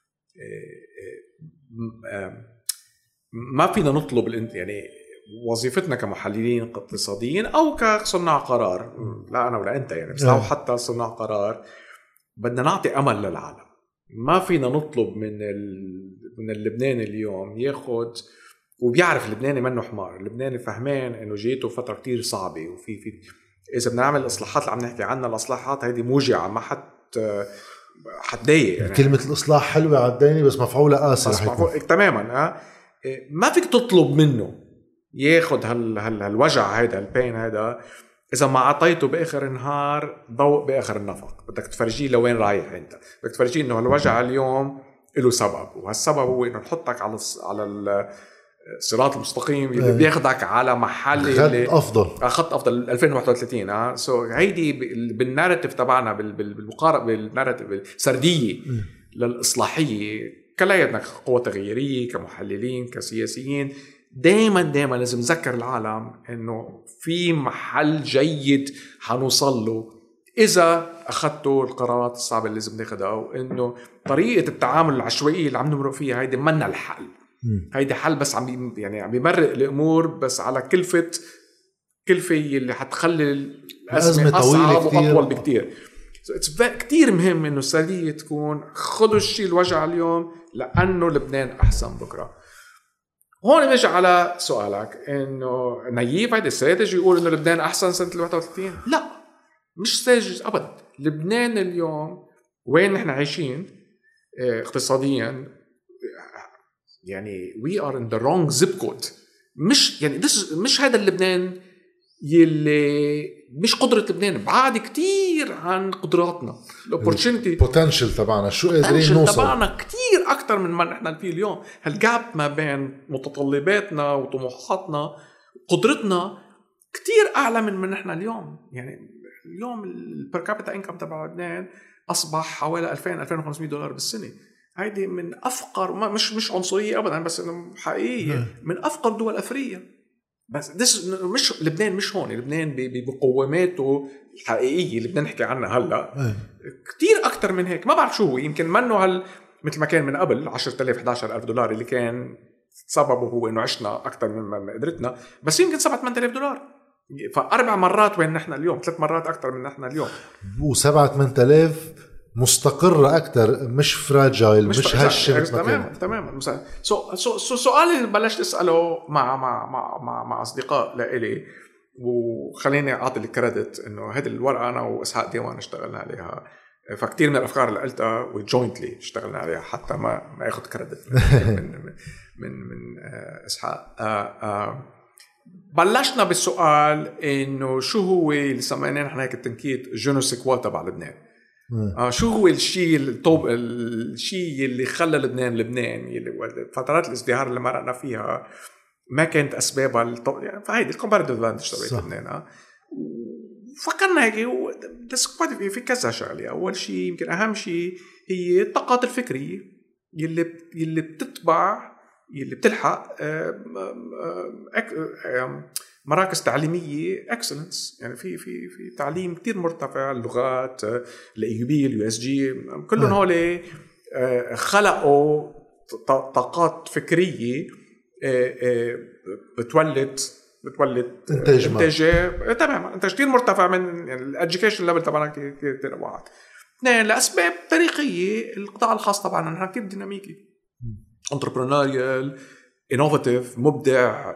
S2: ما فينا نطلب يعني وظيفتنا كمحللين اقتصاديين أو كصناع قرار، لا أنا ولا أنت يعني، بس لو حتى صناع قرار بدنا نعطي أمل للعالم. ما فينا نطلب من اللبناني اليوم ياخد، وبيعرف اللبناني منه حمار، اللبناني فهمان إنه جيته فترة كتير صعبة، وفي إذا بنعمل الإصلاحات اللي عم نحكي عنها، الإصلاحات هذه موجعة ما حتضايق يعني.
S1: كلمة الإصلاح حلوة عديني بس مفعولة قاسية
S2: تماما. ما فيك تطلب منه ياخد هالوجع هيدا، البين هيدا، إذا ما عطيته بآخر النهار ضوء بآخر النفق. بدك تفرجيه لوين رايح أنت، بدك تفرجيه إنه هالوجع اليوم له سبب، وهالسبب هو إنه نحطك على الصراط المستقيم اللي بياخدك على محل اللي خط أفضل 2031. سو هيدي بالناراتيف تبعنا، بالمقارنة بالناراتيف السردية للإصلاحية كلياتنا قوة تغييرية كمحللين كسياسيين، دايما لازم نذكر العالم إنه في محل جيد حنوصل له إذا أخذتوا القرارات الصعبة اللي لازم ناخدها، وإنه طريقة التعامل العشوائية اللي عم نمرق فيها هيدي منا الحل. هيدي حل بس عم بيمرق الأمور بس على كلفة اللي حتخلي الأزمة أصعب وأطول بكتير. كتير مهم إنه السردية تكون خدوا الشيء الوجع اليوم لأنه لبنان أحسن بكرة. هون نجي على سؤالك إنه نايف هيدا استراتيجي يقول إنه لبنان أحسن سنة 31. لا، مش استراتيجي أبدا. لبنان اليوم وين نحن عايشين اقتصاديا، يعني we are in the wrong zip code. مش يعني مش هذا اللبنان يلي مش قدرة لبنان، بعاد كتير عن قدراتنا. الopportunity
S1: potential تبعنا، شو قادرين نوصل
S2: تبعنا كتير أكتر من ما نحن فيه اليوم. هالجاب ما بين متطلباتنا وطموحاتنا قدرتنا كتير أعلى من نحن اليوم. يعني اليوم البر كابيتا إنكم تبع لبنان أصبح حوالي 2000-2500 دولار بالسنة. هيدي من أفقر، مش عنصرية أبدا، بس إنه حقيقية من أفقر دول أفريقيا. بس مش لبنان، مش هون لبنان بقواماته الحقيقية اللي بدنا نحكي عنها هلا كتير أكتر من هيك. ما بعرف شو هو، يمكن منه مثل ما كان من قبل 10,000-11,000 دولار اللي كان سببه هو إنه عشنا أكتر من قدرتنا، بس يمكن 7,000-8,000 دولار، ف4 مرات وين نحن اليوم، 3 مرات أكتر من نحن اليوم،
S1: و7,000-8,000 مستقرة أكتر، مش فراجايل، مش هشة.
S2: تماما. سؤال اللي بلشت أسأله مع أصدقاء لإلي، وخليني أعطي الكريدت إنه هذه الورقة أنا وإسحاق ديوان اشتغلنا عليها، فكتير من الأفكار اللي قلتها وجوينتلي اشتغلنا عليها حتى ما أخذ كريدت من إسحاق. بلشنا بالسؤال إنه شو هو اللي سميناه نحن هيك التنكيت جونو سيكوا تبع لبنان. شو هو الشيء اللي خلى لبنان اللي فترات الازدهار اللي مرقنا فيها ما كانت أسبابها يعني فهيدي الكومباريتيف أدفانتج تبع لبنان. فكرنا هيك في كذا شغلة. أول شيء يمكن أهم شيء هي الطاقات الفكرية اللي بتتبع، اللي بتلحق مراكز تعليمية excellence. يعني في تعليم كتير مرتفع، اللغات الأيوبية الUSG كلهم هولي خلقوا طاقات فكرية بتولد
S1: إنتاج
S2: تمام، إنتاج كتير مرتفع من يعني الeducation level تبعنا كتير واحد. اثنين لاسباب تاريخيه. القطاع الخاص طبعا نحن كثير ديناميكي، انتربرونوريال، انوفاتيف، مبدع،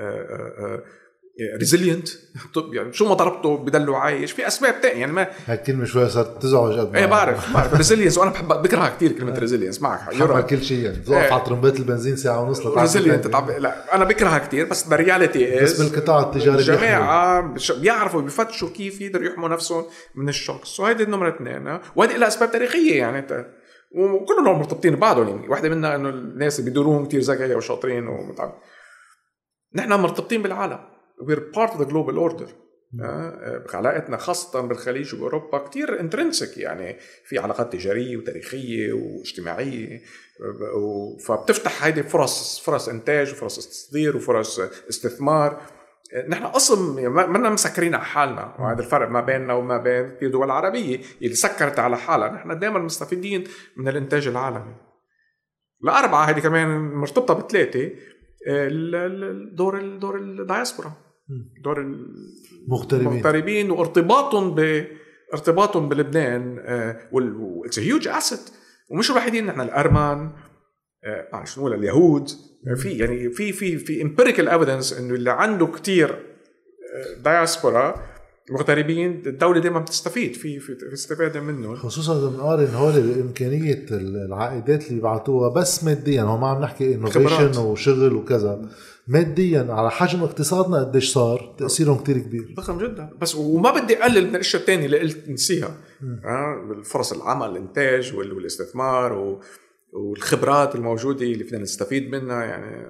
S2: ريزيلينت. يعني شو ما ضربته بدله عايش. في اسباب تانية يعني ما
S1: هالكلمه شويه صارت تزعج قد ما
S2: بعرف ريزيلينس، وانا بكرهها كثير كلمه ريزيلينس. معك
S1: حق كل شيء يعني توقف على طرمبات البنزين ساعه ونص
S2: ريزيلينت. لا انا بكرهها كثير، بس بالرياليتي
S1: بس بالقطاع التجاري
S2: الجماعه بيعرفوا بيفتشوا كيف يقدروا يحموا نفسهم من الشوكس. وهيدي النمره 2، وهذه لها اسباب تاريخيه يعني وكلهم مرتبطين ببعضهم. يعني واحده منها انه الناس اللي بيدوروهم كثير ذكيه وشاطرين نحن مرتبطين بالعالم. we're part of the global order. علاقتنا خاصة بالخليج وأوروبا كتير انترنسك، يعني في علاقات تجارية وتاريخية واجتماعية، فبتفتح هيدي فرص إنتاج وفرص تصدير وفرص استثمار. نحن أصلا منا مسكرين على حالنا، وهذا الفرق ما بيننا وما بين في دول عربية اللي سكرت على حالها. نحن دائما مستفيدين من الإنتاج العالمي. الأربعة هذه كمان مرتبطة بثلاثة، دور الدايسبورا، دور المغتربين وارتباطهم بلبنان. والتس هيوج اسيت. ومش الوحيدين، نحن الارمن، شو نقول، اليهود. في يعني في امبيريكال ايفيدنس انه اللي عنده كتير دايسبورا مغتربين، الدوله دائما بتستفيد في استفاده منهم،
S1: خصوصا بنقارن هول بامكانيه العائدات اللي بيبعتوها بس ماديا. هو ما عم نحكي انوفيشن وشغل وكذا، ماديا على حجم اقتصادنا قديش صار تاثيرهم كتير كبير،
S2: ضخم جدا. بس وما بدي اقلل من الاشياء الثانيه اللي قلت نسيها، الفرص العمل، الانتاج والاستثمار والخبرات الموجوده اللي فينا نستفيد منها. يعني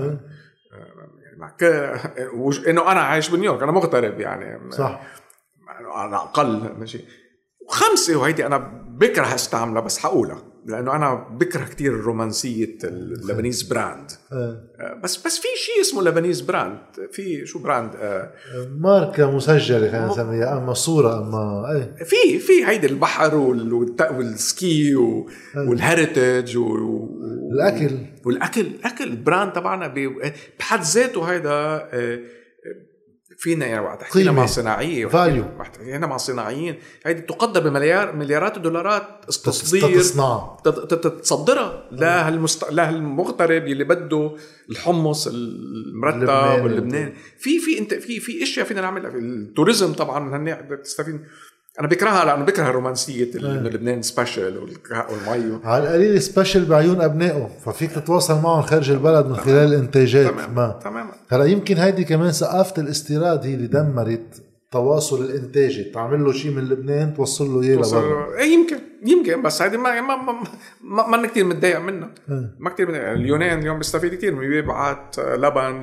S2: انه انا عايش بنيويورك، انا مغترب يعني، صح، انا اقل ماشي. وخمسه، وهيدي انا بكره استعملها بس حقولها لانه انا بكره كتير الرومانسيه اللبنيز براند. بس في شيء اسمه لبنيز براند. في شو براند؟
S1: ماركه مسجله خلينا نسميها، اما صوره، اما
S2: في هيدي البحر والسكي والهيريتج والاكل البراند تبعنا بحد ذاته. هيدا فينا يعني وقت حكينا مع صناعيه، حكينا مع صناعيين، هيدي تقدر بمليارات الدولارات تصدير، تصدرها لهالمغترب اللي بده الحمص المرتب واللبنان. في اشياء فينا نعملها. في التوريزم طبعا هنقدر تستفيد. انا بكرهها لانه بكره الرومانسيه انه لبنان سبيشال والمي
S1: على القليل سبيشال بعيون ابنائه، ففيك تتواصل معهم خارج البلد من خلال الانتاجات. تمام. هلا يمكن هيدي كمان ثقافه الاستيراد هي اللي دمرت تواصل الانتاجي. تعمل له شيء من لبنان توصل له اياه لبرا.
S2: يمكن بس هذه ما كثير متضايق منها. ما كثير متضايق. اليونان اليوم بيستفيد كثير من بيبعت لبن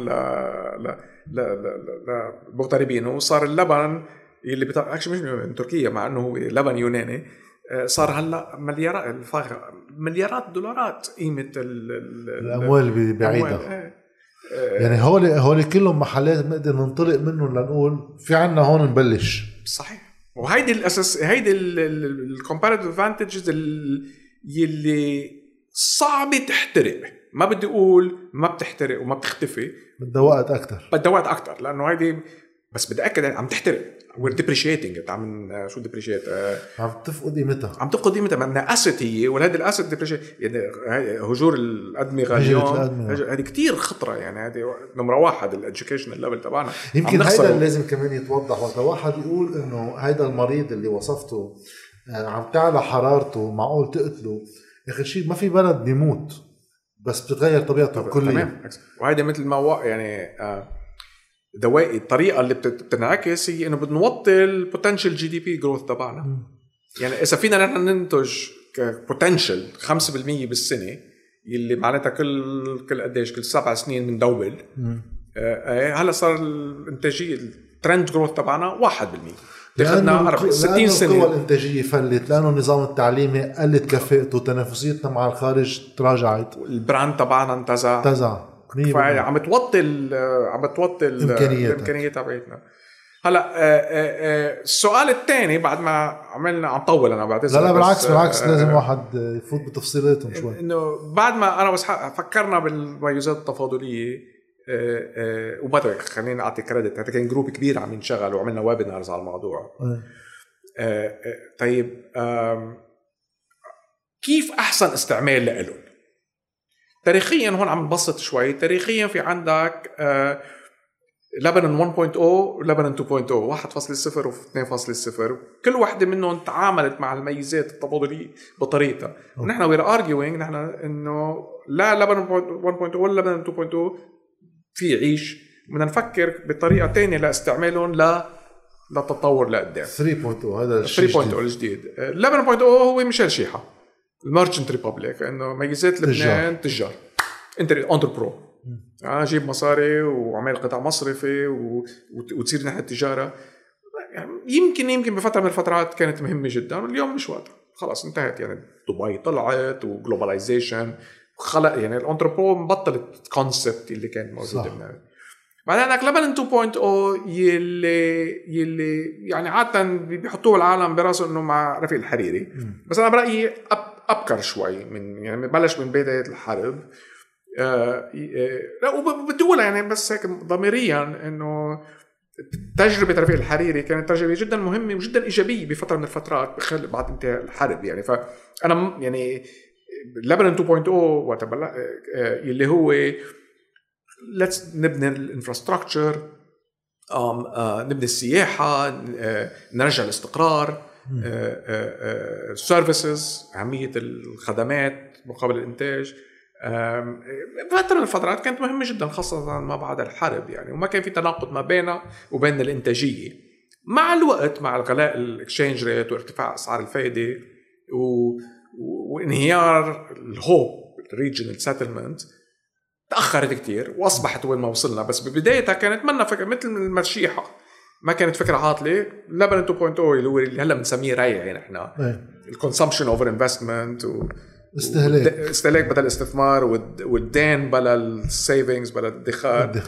S2: لمغتربين، وصار اللبن اللي مش من تركيا، مع انه هو لبن يوناني، صار هلا مليارات دولارات قيمه
S1: الاموال بعيده. يعني هول كلهم محلات بنقدر ننطلق منهم لنقول في عنا هون نبلش.
S2: صحيح. وهيدي الاساس، هيدي الكومباريتيف ادفانتجز اللي صعبه تحترق. ما بدي اقول ما بتحترق وما بتختفي،
S1: بدها وقت اكثر
S2: لانه هيدي بس بدي اكد عم تحترق. we're depreciating. عم شو depreciate؟
S1: عم تفقد قيمتها.
S2: ما اسيت هي، وهذا الاسيت depreciate. يعني هجور الادمغه اليوم هذه كتير خطره. يعني هذه نمره واحد الاديوكيشن ليفل تبعنا.
S1: يمكن هيدا لازم كمان يتوضح. وقت واحد يقول انه هيدا المريض اللي وصفته عم تعلى حرارته معقول تقتله، اخر شيء ما في بلد بيموت بس بتتغير طبيعته كليا.
S2: وهيدا مثل ما يعني دوائي. الطريقة اللي بتنعكس هي إنه بنوطي البوتنشل GDP growth تبعنا. يعني إذا فينا نحن ننتج كبوتنشل 5% بالسنة، اللي معناتها كل قديش، كل 7 سنين من دول. هلا صار الإنتاجية الترند growth تبعنا 1%. دخلنا 60 سنة.
S1: القوى الإنتاجية فلت لأنه النظام التعليمي قلت كفاءته، تنافسيتنا مع الخارج تراجعت،
S2: البراند تبعنا انتزع. عم توطي الامكانيه تبعتنا. هلا السؤال الثاني بعد ما عملنا، عم طول انا بعتذر.
S1: لا بالعكس لازم واحد يفوت بتفصيلاتهم شوي.
S2: انه بعد ما انا بس فكرنا بالميزات التفاضليه، وبعد خلينا اعطي كريدت، هذا كان جروب كبير عم ينشغل وعملنا ويبينارز على الموضوع. طيب كيف احسن استعمال لهم. تاريخيا هون عم نبسط شوي. تاريخيا في عندك لبنان 1.0 ولبنان 2.0 1.0 و 2.0. كل واحدة منهم تعاملت مع الميزات التفاضلية بطريقتها. ونحن we're arguing نحن إنه لا لبنان 1.0 ولا لبنان 2.0 في عيش. بدنا نفكر بطريقة تانية لاستعمالهم للتطور لقدام.
S1: 3.0 هذا
S2: 3.0 الجديد. لبنان 1.0 هو ميشيل شيحة المارجنت ريبابليك، إنه ميزات لبنان تجار انتربرو جيب مصاري وعمل قطاع مصرفي وتصير ناحية التجارة. يعني يمكن بفترة من الفترات كانت مهمة جدا، اليوم مش وقتها، خلاص انتهت. يعني دبي طلعت وجلوباليزيشن خلق، يعني الانتربرو مبطلت كونسبت اللي كان موجود هناك. بعدين عندك لبنان 2.0 يلي يعني عادة بيحطوه العالم براسه انه مع رفيق الحريري، بس انا برأيي ابكر شوي من يعني بلش من بداية الحرب. لا وبدي اقولها يعني بس هيك ضميريا انه تجربة رفيق الحريري كانت تجربة جدا مهمة وجدا إيجابية بفترة من الفترات بعد انتهاء الحرب. يعني فأنا يعني لبنان 2.0 وتبلا اللي هو نبني الانفراستراكشر، نبني السياحة، نرجع الاستقرار، سيرفيسز، أهمية الخدمات مقابل الإنتاج. فترة من الفترات كانت مهمة جدا خاصة ما بعد الحرب يعني، وما كان في تناقض ما بينها وبين الإنتاجية. مع الوقت مع الغلاء الاكسشينج ريت وارتفاع أسعار الفائدة وانهيار الهوب الريجنال سيتلمنت تأخرت كتير وأصبحت وين ما وصلنا. بس ببدايتها كانت منا فكرة مثل المرشيحة، ما كانت فكرة عاطلة. لبنان 2.0 اللي هو اللي هلا بنسميه ريعي نحن، الكونسومشن اوفر انفستمنت استهلاك بدل الاستثمار، والدين بلا السيفينجز بلا الادخار.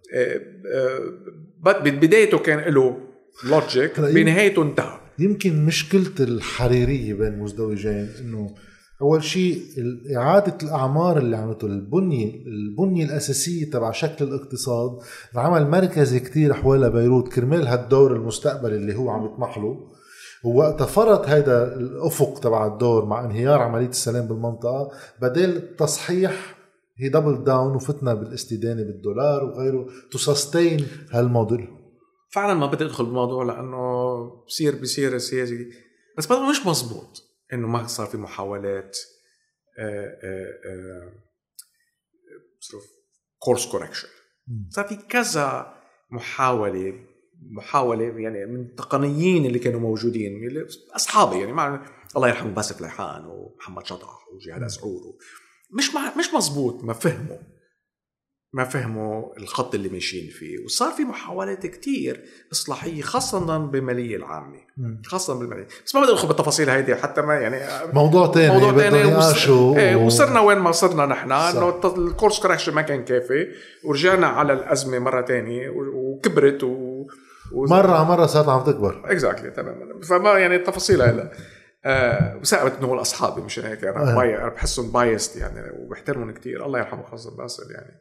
S2: بدايته كان له لوجيك، بنهايته انتهى.
S1: يمكن مشكلة الحريرية بين مزدوجين انه اول شيء اعادة الاعمار اللي عملته البنية الاساسية تبع شكل الاقتصاد، العمل مركزي كتير حوالي بيروت كرمال هالدور المستقبلي اللي هو عم يطمح له. ووقت فرض هيدا الأفق تبع الدور مع انهيار عملية السلام بالمنطقة، بدل تصحيح هي دبل داون وفتنا بالاستدانة بالدولار وغيره تسستين هالموديل.
S2: فعلا ما بدي أدخل بالموضوع لأنه بصير السياسي، بس برضه مش مزبوط إنه ما صار في محاولات كورس كوركشن. صار في كذا محاولة يعني من التقنيين اللي كانوا موجودين أصحابي يعني مع الله يرحمه باسف ليحان ومحمد شطح وجهاد أسعود مش مزبوط. ما فهموا الخط اللي ماشيين فيه، وصار في محاولات كتير إصلاحية خاصة بالمالية العامة، خاصة بالمالية. بس ما بدي أدخل بالتفاصيل هيدي حتى ما يعني
S1: موضوع تاني
S2: وصرنا وين ما صرنا نحن إنه الكورس كوركشن ما كان كافي، ورجعنا على الأزمة مرة تانية وكبرت
S1: مرة صارت عم تكبر.
S2: exactly تماما. فما يعني التفاصيل هلا وسأبت إنه الأصحابي مش هيك أنا بحسهم بايست يعني وبحترمهم كتير، الله يرحمه خاصة باسل يعني.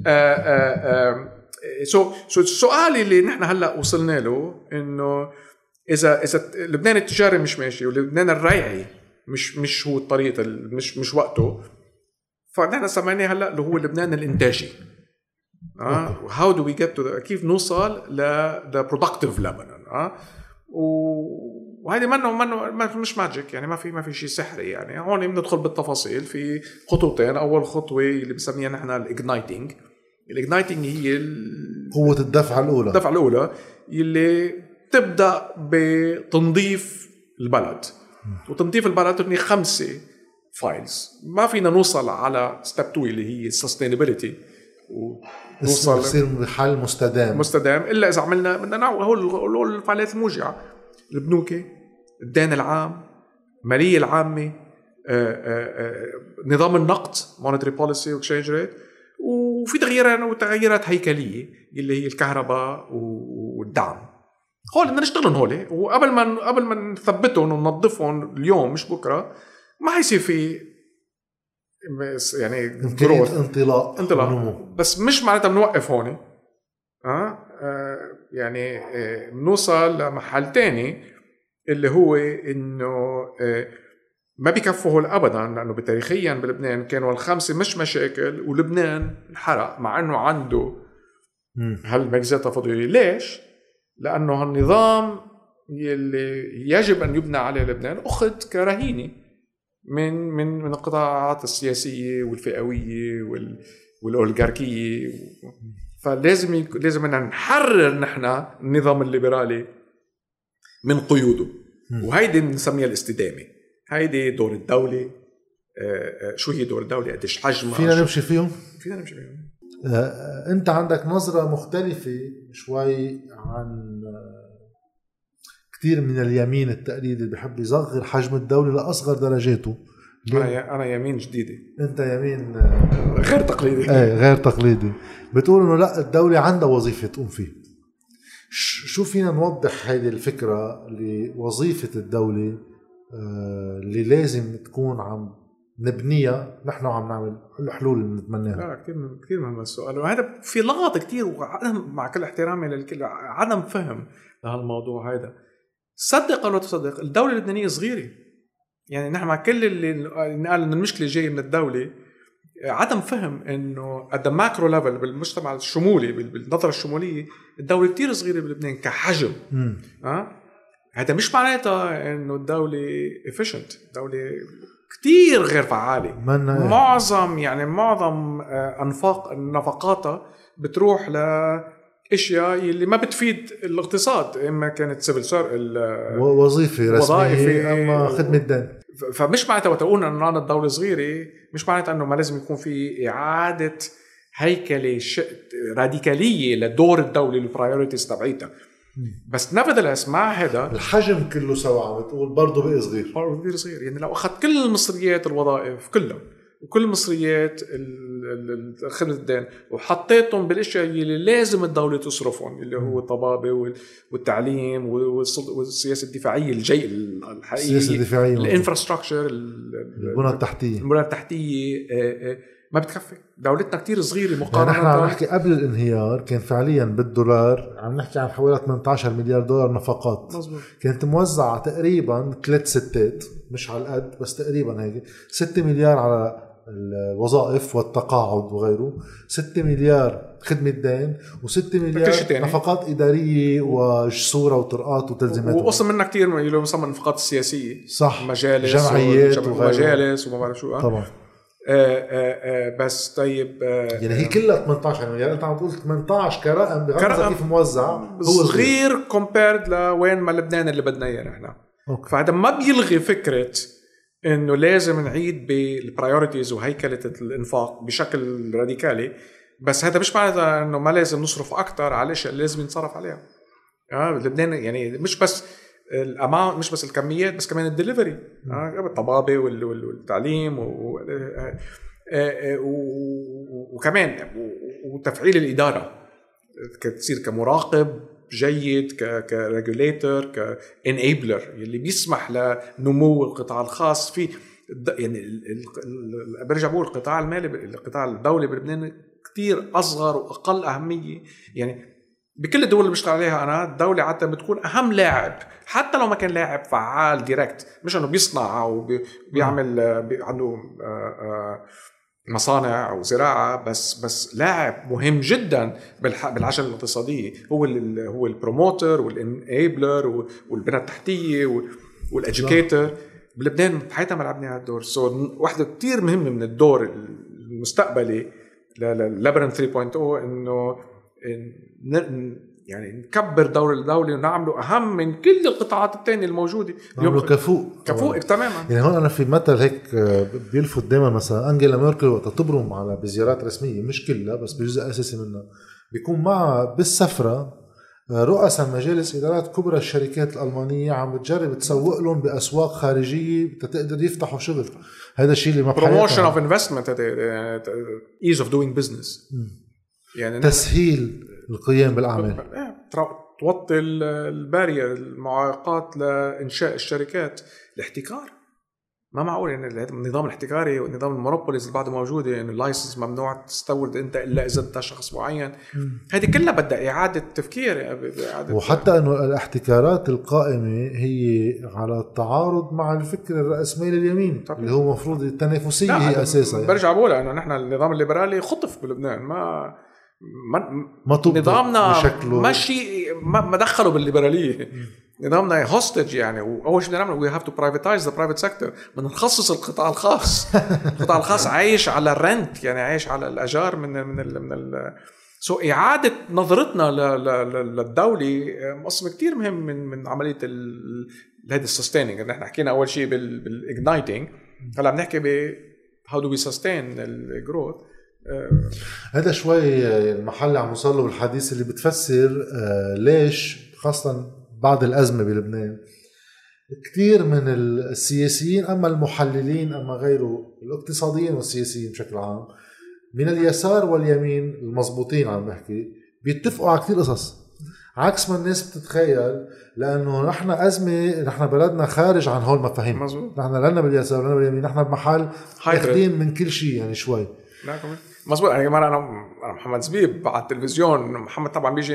S2: السؤال اللي نحن هلا وصلنا له انه اذا لبنان التجاري مش ماشي ولبنان الريعي مش هو الطريقه مش وقته، فنحن سمعناه هلا اللي هو لبنان الانتاجي. how do we get to كيف نوصل ل productive Lebanon. وهذه مش ماجيك يعني، ما في شيء سحري يعني. هون بندخل بالتفاصيل في خطوتين. اول خطوه اللي بنسميها نحن الاجنايتنج هي
S1: قوه الدفعه الاولى اللي تبدا بتنظيف البلد. وتنظيف البلد هي 5 فايلز. ما فينا نوصل على ستيب 2 اللي هي السستينابيلتي ونوصل يصير بحل مستدام
S2: الا اذا عملنا بدنا هو الفعاليات الموجعه، البنوك، الدين العام، المالية العامة، نظام النقد monetary policy exchange rate، وفي تغييرات هيكلية اللي هي الكهرباء والدعم. هول بدنا نشتغلون هول، وقبل ما نثبتهم وننظفهم اليوم مش بكرة ما حيصير في يعني انطلاق. بس مش معناتها بنوقف هون. يعني بنوصل لمحل تاني اللي هو إنه ما بيكفوه أبدا، لأنه بتاريخيا بلبنان كانوا الخمسة مش مشاكل ولبنان انحرق مع أنه عنده هالمجزات التفاضلية. ليش؟ لأنه النظام يلي يجب أن يبنى عليه لبنان أخذ كرهينة من القطاعات السياسية والفئوية والأوليغاركية. فلازم أن نحرر نحن النظام الليبرالي من قيوده، وهيدي نسميها الاستدامة. هيدي دور الدولة. شو هي دور الدولة؟ قديش حجمها؟
S1: فينا نمشي فيهم. أنت عندك نظرة مختلفة شوي عن كتير من اليمين التقليدي اللي بيحب يصغر حجم الدولة لأصغر درجاته.
S2: أنا يمين جديدة.
S1: أنت يمين
S2: غير تقليدي.
S1: غير تقليدي. بتقول إنه لا، الدولة عندها وظيفة تقوم فيه. شو فينا نوضح هذه الفكرة لوظيفة الدولة اللي لازم تكون عم نبنيها نحن وعم نعمل الحلول اللي بنتمناها؟
S2: لا، كتير مهم السؤال، وهذا في لغط كتير، وعدم، مع كل احترامي للكل، عدم فهم لهالموضوع هذا. صدق أو لا تصدق، الدولة اللبنانية صغيرة. يعني نحن مع كل اللي نقال إن المشكلة جاية من الدولة، عدم فهم إنه at the macro level بالمجتمع الشمولي، بالنظرة الشمولية، الدولة كتير صغيرة بلبنان كحجم. هذا مش معناتها إنه الدولة efficient. الدولة كتير غير فعالة. معظم نفقاتها بتروح لأشياء اللي ما بتفيد الاقتصاد، إما كانت
S1: وظيفة رسمية أما خدمة دين.
S2: فمش معناتها وتقولنا أنه الدولة صغيرة مش معناتها أنه ما لازم يكون في إعادة هيكلة راديكالية لدور الدولة والبرايوريتيز تبعيتها. بس nevertheless مع هذا
S1: الحجم كله سوا عم تقول برضه بقى صغير.
S2: يعني لو أخذت كل المصريات الوظائف كلها وكل المصريات خدمة الدين وحطيتهم بالاشياء اللي لازم الدولة تصرفهم، اللي هو الطبابة والتعليم والسياسة الدفاعية الحقيقية، الانفراستراكشر،
S1: البنى
S2: التحتية، ما بتكفي. دولتنا كتير صغيرة مقارنة.
S1: نحن عم نحكي قبل الانهيار كان فعليا بالدولار عم نحكي عن حوالي 18 مليار دولار نفقات.
S2: مزبوط.
S1: كانت موزعة تقريبا 3 ستات، مش على القد بس تقريبا هيك. 6 مليار على الوظائف والتقاعد وغيره، 6 مليار خدمة دين، و6 مليار نفقات إدارية وجسورة وطرقات وتلزيمات.
S2: وقصة منها كتير اللي يسمى النفقات السياسية،
S1: صح،
S2: مجالس،
S1: جمعيات
S2: ومجالس وما بعرف شو.
S1: طبعا.
S2: بس طيب،
S1: يعني هي كلها 18 مليار. انت عم تقول 18 كرقم بغض كيف موزع،
S2: هو صغير كومبيرد لوين ما لبنان اللي بدنا اياه نحن. فهذا ما بيلغي فكرة انه لازم نعيد بالبرايورتيز وهيكلة الانفاق بشكل راديكالي، بس هذا مش معناته انه ما لازم نصرف اكتر على الاشياء اللي لازم نتصرف عليها. لبنان يعني مش بس الاماونت، مش بس الكميات، بس كمان الدليفري، الطبابة والتعليم وكمان وتفعيل الإدارة، تصير كمراقب جيد، كريجوليتور، كإنيبلر اللي بيسمح لنمو القطاع الخاص فيه. يعني برجع بقول القطاع المالي، القطاع الدولي بلبنان كتير أصغر وأقل أهمية. يعني بكل الدول اللي بشتغل عليها أنا، الدولة عادة بتكون أهم لاعب، حتى لو ما كان لاعب فعال ديركت، مش أنه بيصنع أو بيعمل عنده مصانع أو زراعة، بس لاعب مهم جدا بالعجلة الاقتصادية. هو البروموتر والإنيبلر والبنى التحتية والإدوكيتر. بلبنان بحياتنا ما لعبنا هذا الدور. واحدة كتير مهمة من الدور المستقبلي للابرن 3.0 إنه يعني نكبر دور الدولة ونعمله أهم من كل القطاعات التانية الموجودة اليوم، كفوء تماما.
S1: يعني هون أنا في مثل هيك بيلفت دائما، مثلا أنجيلا ميركل وقت تبرم على بزيارات رسمية، مش كلها بس بجزء أساسي منها، بيكون معها بالسفرة رؤساء مجالس إدارات كبرى الشركات الألمانية عم بتجرب تسوق لهم بأسواق خارجية تقدر يفتحوا شغل. هذا الشيء اللي ما
S2: promotion of investment، ease of doing business،
S1: يعني تسهيل القيام بالأعمال،
S2: توطي البارير، المعوقات لإنشاء الشركات، الاحتكار. ما معقول ان النظام الاحتكاري والنظام المونوبوليز اللي بعده موجوده ان اللايسنس ممنوع تستورد انت الا اذا انت شخص معين. هذه كلها بدها اعاده تفكير.
S1: وحتى انه الاحتكارات القائمه هي على التعارض مع الفكر الرأسمالي اليمين طبعا. اللي هو مفروض التنافسيه هي اساسا يعني.
S2: برجع بقول انه نحن النظام الليبرالي خطف بلبنان، ما
S1: نظامنا
S2: ماشي ما دخلوا بالليبراليه. نظامنا هوستج يعني. واول شيء بدنا نعمله وي هاف تو برايفيتايز ذا برايفت سيكتور، بدنا نخصص القطاع الخاص. القطاع الخاص عايش على الرنت، يعني عايش على الاجار من اعاده نظرتنا للدوله مقسم كتير مهم من عمليه هذا السستيننج اللي احنا حكينا اول شيء بالاجنايتنج. هلا بنحكي ب هاو دو وي سستين الجروث.
S1: هذا شوي المحل اللي عم نوصل له بالحديث اللي بتفسر ليش خاصة بعد الأزمة بلبنان كتير من السياسيين أما المحللين أما غيره الاقتصاديين والسياسيين بشكل عام من اليسار واليمين المضبوطين عم بحكي بيتفقوا على كتير قصص عكس ما الناس بتتخيل، لأنه نحن أزمة، نحن بلدنا خارج عن هول المفاهيم. نحن لنا باليسار لنا باليمين، نحن بمحل أخذين من كل شيء يعني شوي.
S2: مظبوط. يعني كمان انا محمد زبيب على التلفزيون، محمد طبعا بيجي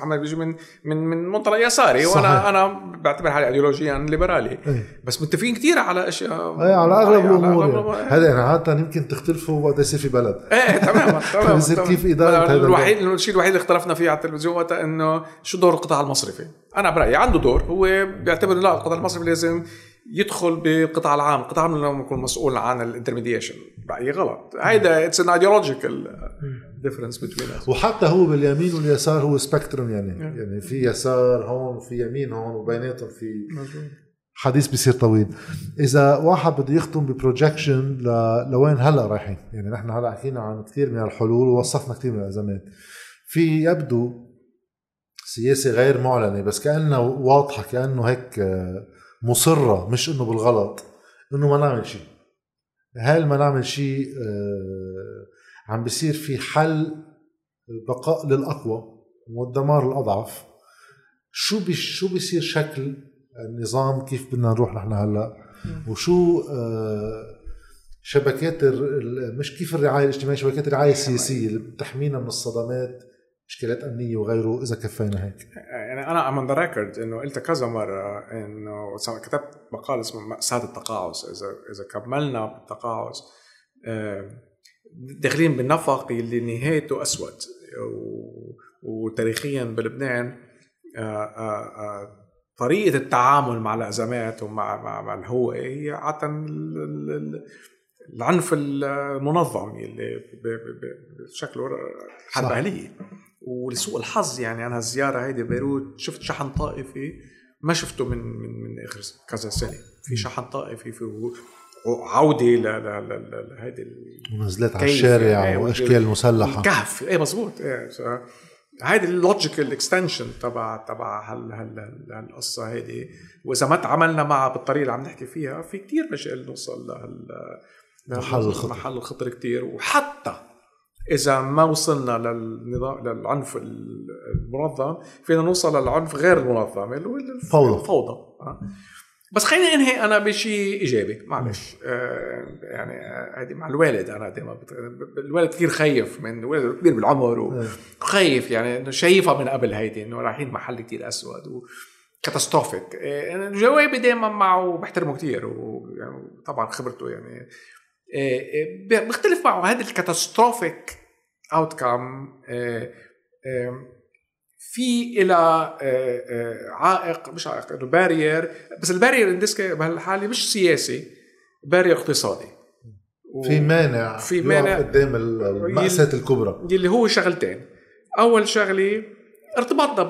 S2: من منطلق يساري، وانا بعتبر حالي ايديولوجيا ليبرالي. بس متفقين كتير على اشياء،
S1: على اغلب الامور. هذا يعني عاده يمكن تختلفوا وقت يصير في بلد.
S2: تماما.
S1: كيف اداره هذا
S2: الشيء الوحيد اللي اختلفنا فيه على التلفزيون وقتها انه شو دور القطاع المصرفي. انا برايي عنده دور، هو بيعتبر لا القطاع المصرفي لازم يدخل بالقطاع العام. القطاع العام لازم يكون مسؤول عن الانترميديشن. رأيي غلط. هيدا it's an ideological difference between us.
S1: وحتى هو باليمين واليسار هو سبيكتروم يعني في يسار هون وفي يمين هون وبيناتهم في حديث بيصير طويل. إذا واحد بده يختم ببروجكشن لوين هلا رايحين، يعني نحن هلا حكينا عن كثير من الحلول ووصفنا كثير من الأزمات. في يبدو سياسة غير معلنة بس كأنه واضحة، كأنه هيك مصرة، مش إنه بالغلط إنه ما نعمل شيء. هل ما نعمل شيء عم بيصير في حل البقاء للأقوى والدمار الأضعف. شو بيصير شكل النظام، كيف بدنا نروح نحن هلا، وشو شبكات مش كيف الرعاية الاجتماعية، شبكات الرعاية السياسية اللي بتحمينا من الصدمات، مشكلات أمنية وغيره إذا كفينا هيك.
S2: يعني أنا أمن ذا ريكورد إنه قلت كذا مرة إنه كتبت مقال اسمه مأساة التقاعس. إذا كملنا بالتقاعس داخلين بالنفق اللي نهايته أسود. وتاريخيا بلبنان طريقة التعامل مع الأزمات ومع الهوة هي عادة العنف المنظم اللي بشكله حرب أهلية. ولسوء الحظ يعني أنا الزيارة هيدي بيروت شفت شحن طائفي ما شفته من آخر كذا سنة. في شحن طائفي، في عودة لهيدي
S1: ونزلت على الشارع وأشكال مسلحة
S2: كهف. مظبوط. هيدي اللوجيكال اكستنشن تبع هالقصة هيدي. وإذا ما تعاملنا معها بالطريقة اللي عم نحكي فيها في كتير مجال نوصل محل الخطر كتير. وحتى إذا ما وصلنا للعنف المنظم فينا نوصل للعنف غير المنظم اللي هو الفوضى. بس خليني انهي انا بشيء ايجابي معلش. يعني هذه مع الوالد. انا دائما الوالد كثير خايف من الوالد كبير بالعمر وخايف يعني انه شايفها من قبل هيدي انه رايحين محل كتير اسود وكاتاستروفيك. جوابي دائما معه بحترمه كتير وطبعا خبرته يعني بختلف معه. هذا الكاتاستروفيك اوتكم في إلى عائق، مش عائق، إنه بارير. بس البارير اندسكي بهالحالة مش سياسي، بارير اقتصادي.
S1: في مانع قدام المأساة الكبرى
S2: اللي هو شغلتين. أول شغلة ارتباطنا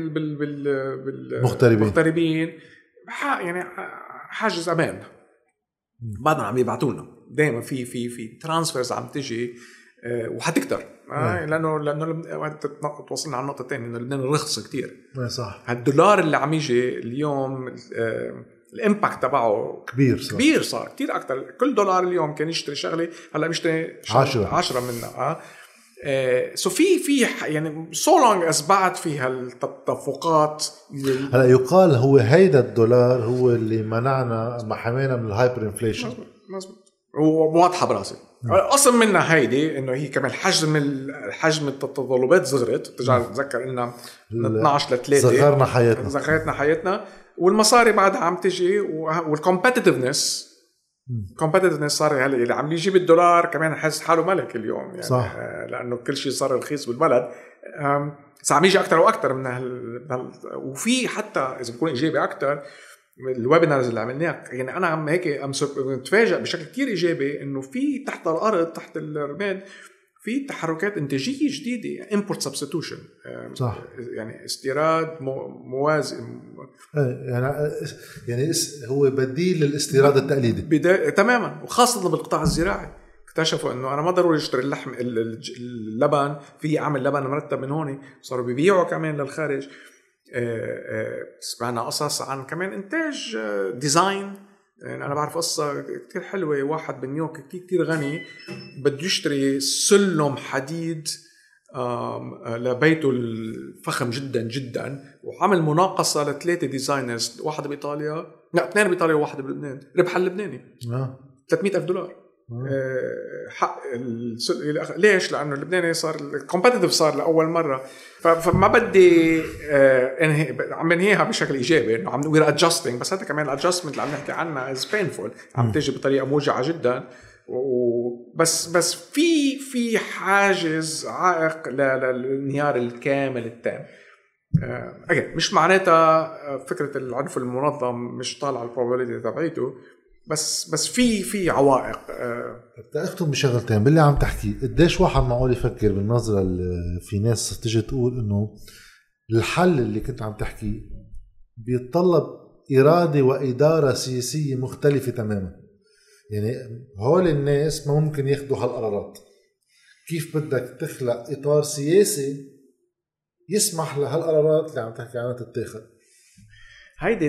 S2: بالمغتربين يعني حاجز أمان. بعدنا عم يبعتونا دائما في ترانسفيرز عم تجي وحتكتر. لأنه توصلنا على النقطة الثانية إنه لبنان رخص كتير.
S1: صح.
S2: هالدولار اللي عم يجي اليوم الإمباكت تبعه كبير صار كتير أكتر. كل دولار اليوم كان يشتري شغلة هلا بيشتري 10 منها. سو في يعني سو لونج از بعد فيها التدفقات.
S1: هلا يقال هو هيدا الدولار هو اللي محمينا من الهايبر انفليشن.
S2: مزبوط وواضحه براسي. اصلا منها هيدي انه هي كمان حجم التطلبات صغرت. ترجع تتذكر انه من 12 ل 3 زغرنا حياتنا والمصاري بعدها عم تجي والكومبيتيتيفنس صار اللي عم يجيب الدولار كمان حس حاله ملك اليوم يعني.
S1: صح.
S2: لانه كل شيء صار رخيص بالبلد. عم يجي اكثر واكثر من وفي حتى اذا بكون ايجابي اكثر الويبينارز اللي عملناها. يعني انا عم هيك متفاجئ بشكل كتير ايجابي انه في تحت الارض تحت الرماد في تحركات انتاجيه جديده import substitution.
S1: صح.
S2: يعني استيراد موازي
S3: يعني هو بديل للاستيراد التقليدي
S2: تماما. وخاصه بالقطاع الزراعي اكتشفوا انه انا ما ضروري اشتري اللبن في اعمل لبن مرتب من هون. صاروا بيبيعوا كمان للخارج. سمعنا قصص عن كمان انتاج ديزاين. يعني انا بعرف قصه كتير حلوه. واحد بنيويورك كتير غني بده يشتري سلم حديد لبيته الفخم جدا جدا وعمل مناقصه ل3 ديزاينرز. واحد بايطاليا 2 بايطاليا وواحد بلبنان. ربح اللبناني $300,000 حق ليش؟ لانه اللبناني صار كومبيتيتيف صار لاول مره. فما بدي عم بنهيها بشكل ايجابي انه عم وير ادجستنج. بس هذا كمان الادجستمنت اللي عم نحكي عنها از بينفول عم تيجي بطريقه موجعه جدا. بس في حاجز عائق للانهيار الكامل التام. مش معناتها فكره العنف المنظم مش طالعه البروبابيلتي تبعيته. بس في عوائق.
S3: بدي اختم بشغلتين باللي عم تحكي. قديش واحد معقول يفكر بالنظره اللي في ناس تيجي تقول انه الحل اللي كنت عم تحكيه بيتطلب اراده واداره سياسيه مختلفه تماما. يعني هول الناس ما ممكن ياخدوا هالقرارات. كيف بدك تخلق اطار سياسي يسمح لهالقرارات اللي عم تحكي عنها تتاخد؟
S2: هيدي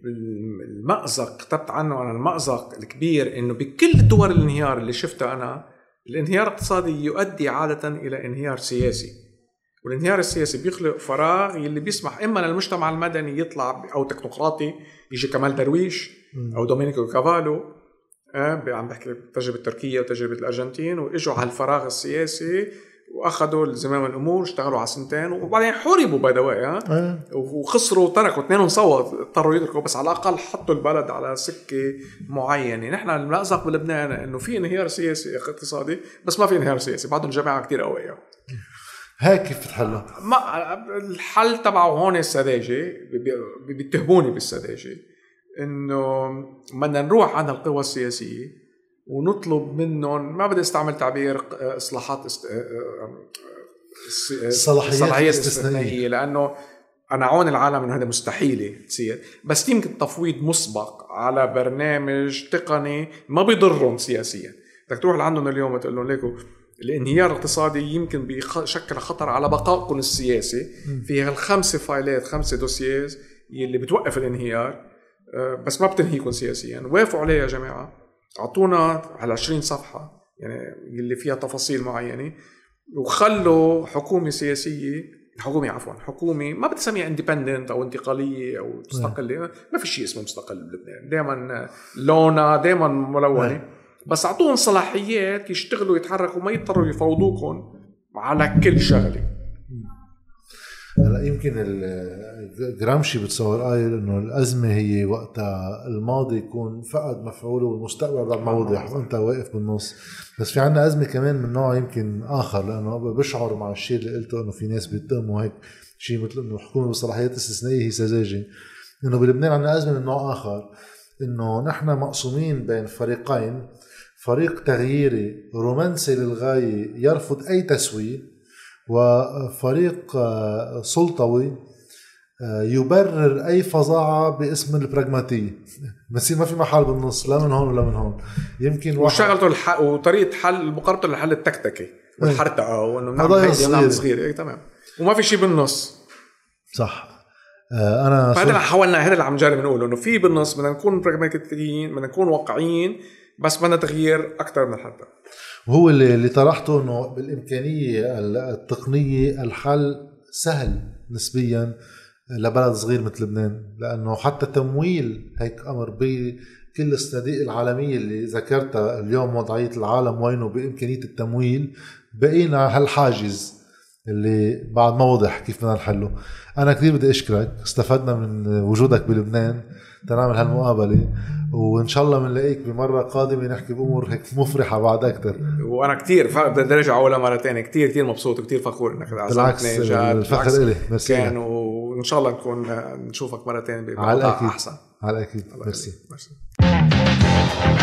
S2: المأزق كتبت عنه أنا. المأزق الكبير إنه بكل دول الانهيار اللي شفتها أنا الانهيار الاقتصادي يؤدي عادة إلى انهيار سياسي. والانهيار السياسي بيخلق فراغ اللي بيسمح إما للمجتمع المدني يطلع أو تكنوقراطي يجي كمال درويش أو دومينيكو كافالو. عم بحكي تجربة تركيا وتجربة الأرجنتين وإجوا على الفراغ السياسي واخذوا زمام الامور اشتغلوا على 2 سنين وبعدين حوربوا باي وخسروا وتركوا 2 صوت اضطروا يتركوا. بس على الاقل حطوا البلد على سكه معينه. نحن المأزق بلبنان انه في انهيار سياسي اقتصادي بس ما في انهيار سياسي. بعض الجماعه كتير قويه.
S3: هيك كيف تحلها؟
S2: الحل تبعه هون السذاجه. بيتهموني بالسذاجه انه بدنا نروح عن القوى السياسيه ونطلب منهم ما بدي استعمل تعبير اصلاحات
S3: صلاحيات استثنائيه
S2: لانه انا عون العالم انه هذا مستحيله تصير. بس يمكن تفويض مسبق على برنامج تقني ما بيضرهم سياسيا. بدك تروح لعندهم اليوم وتقول لهم ليكو الانهيار الاقتصادي يمكن بيشكل خطر على بقائكم السياسي. فيها 5 فايلات 5 دوسييز اللي بتوقف الانهيار بس ما بتنهيكم سياسيا. وافقوا عليه يا جماعه. أعطونا على 20 صفحة يعني اللي فيها تفاصيل معينة وخلوا حكومة ما بتسميها independent أو انتقالية أو مستقلة. ما في شيء اسمه مستقل بلبنان. دائما لونة دائما ملونة. بس أعطوهم صلاحيات يشتغلوا يتحركوا ما يضطروا يفوضوكم على كل شغلة.
S3: هلا يمكن جرامشي بتصور قايل انه الازمه هي وقتها الماضي يكون فقد مفعوله والمستقبل بعد ما وضح وانت واقف بالنص. بس في عنا ازمه كمان من نوع يمكن اخر لانه بشعر مع الشيء اللي قلته انه في ناس بيتهموا هيك شيء مثل انه الحكومه بالصلاحيات الاستثنائيه هي سذاجه. انه بلبنان عنا ازمه من نوع اخر انه نحن مقسومين بين فريقين. فريق تغييري رومانسي للغايه يرفض اي تسويه وفريق سلطوي يبرر أي فظاعة باسم البراغماتية. بس ما في محل بالنص لا من هون ولا من هون. يمكن
S2: وشغلته وطريقة حل مقاربته للحل التكتكي والحرتقة وإنه نعمل صغير تمام وما في شيء بالنص.
S3: صح. أنا
S2: فهذا اللي حاولنا هذا اللي عم جاري بنقوله إنه في بالنص بدنا نكون براغماتيين بدنا نكون واقعيين بس بدنا تغيير اكثر من حتى.
S1: وهو اللي طرحته انه بالامكانيه التقنيه الحل سهل نسبيا لبلد صغير مثل لبنان، لانه حتى تمويل هيك امر بكل الصناديق العالميه اللي ذكرتها اليوم، وضعيه العالم وينه بامكانيه التمويل، بقينا هالحاجز اللي بعد ما وضح كيف بدنا نحله. انا كثير بدي اشكرك، استفدنا من وجودك بلبنان تنعمل هالمقابله، وان شاء الله بنلاقيك بمره قادمه نحكي بامور هيك مفرحه بعد اكثر.
S2: وانا كثير بدي ارجع اولها مره ثانيه، كثير مبسوط وكثير فخور انك
S1: عزمتني. الفخر الي، ميرسي
S2: كان، وان شاء الله نشوفك مره ثانيه
S1: على الاكيد
S2: احسن.
S1: على الاكيد. ميرسي.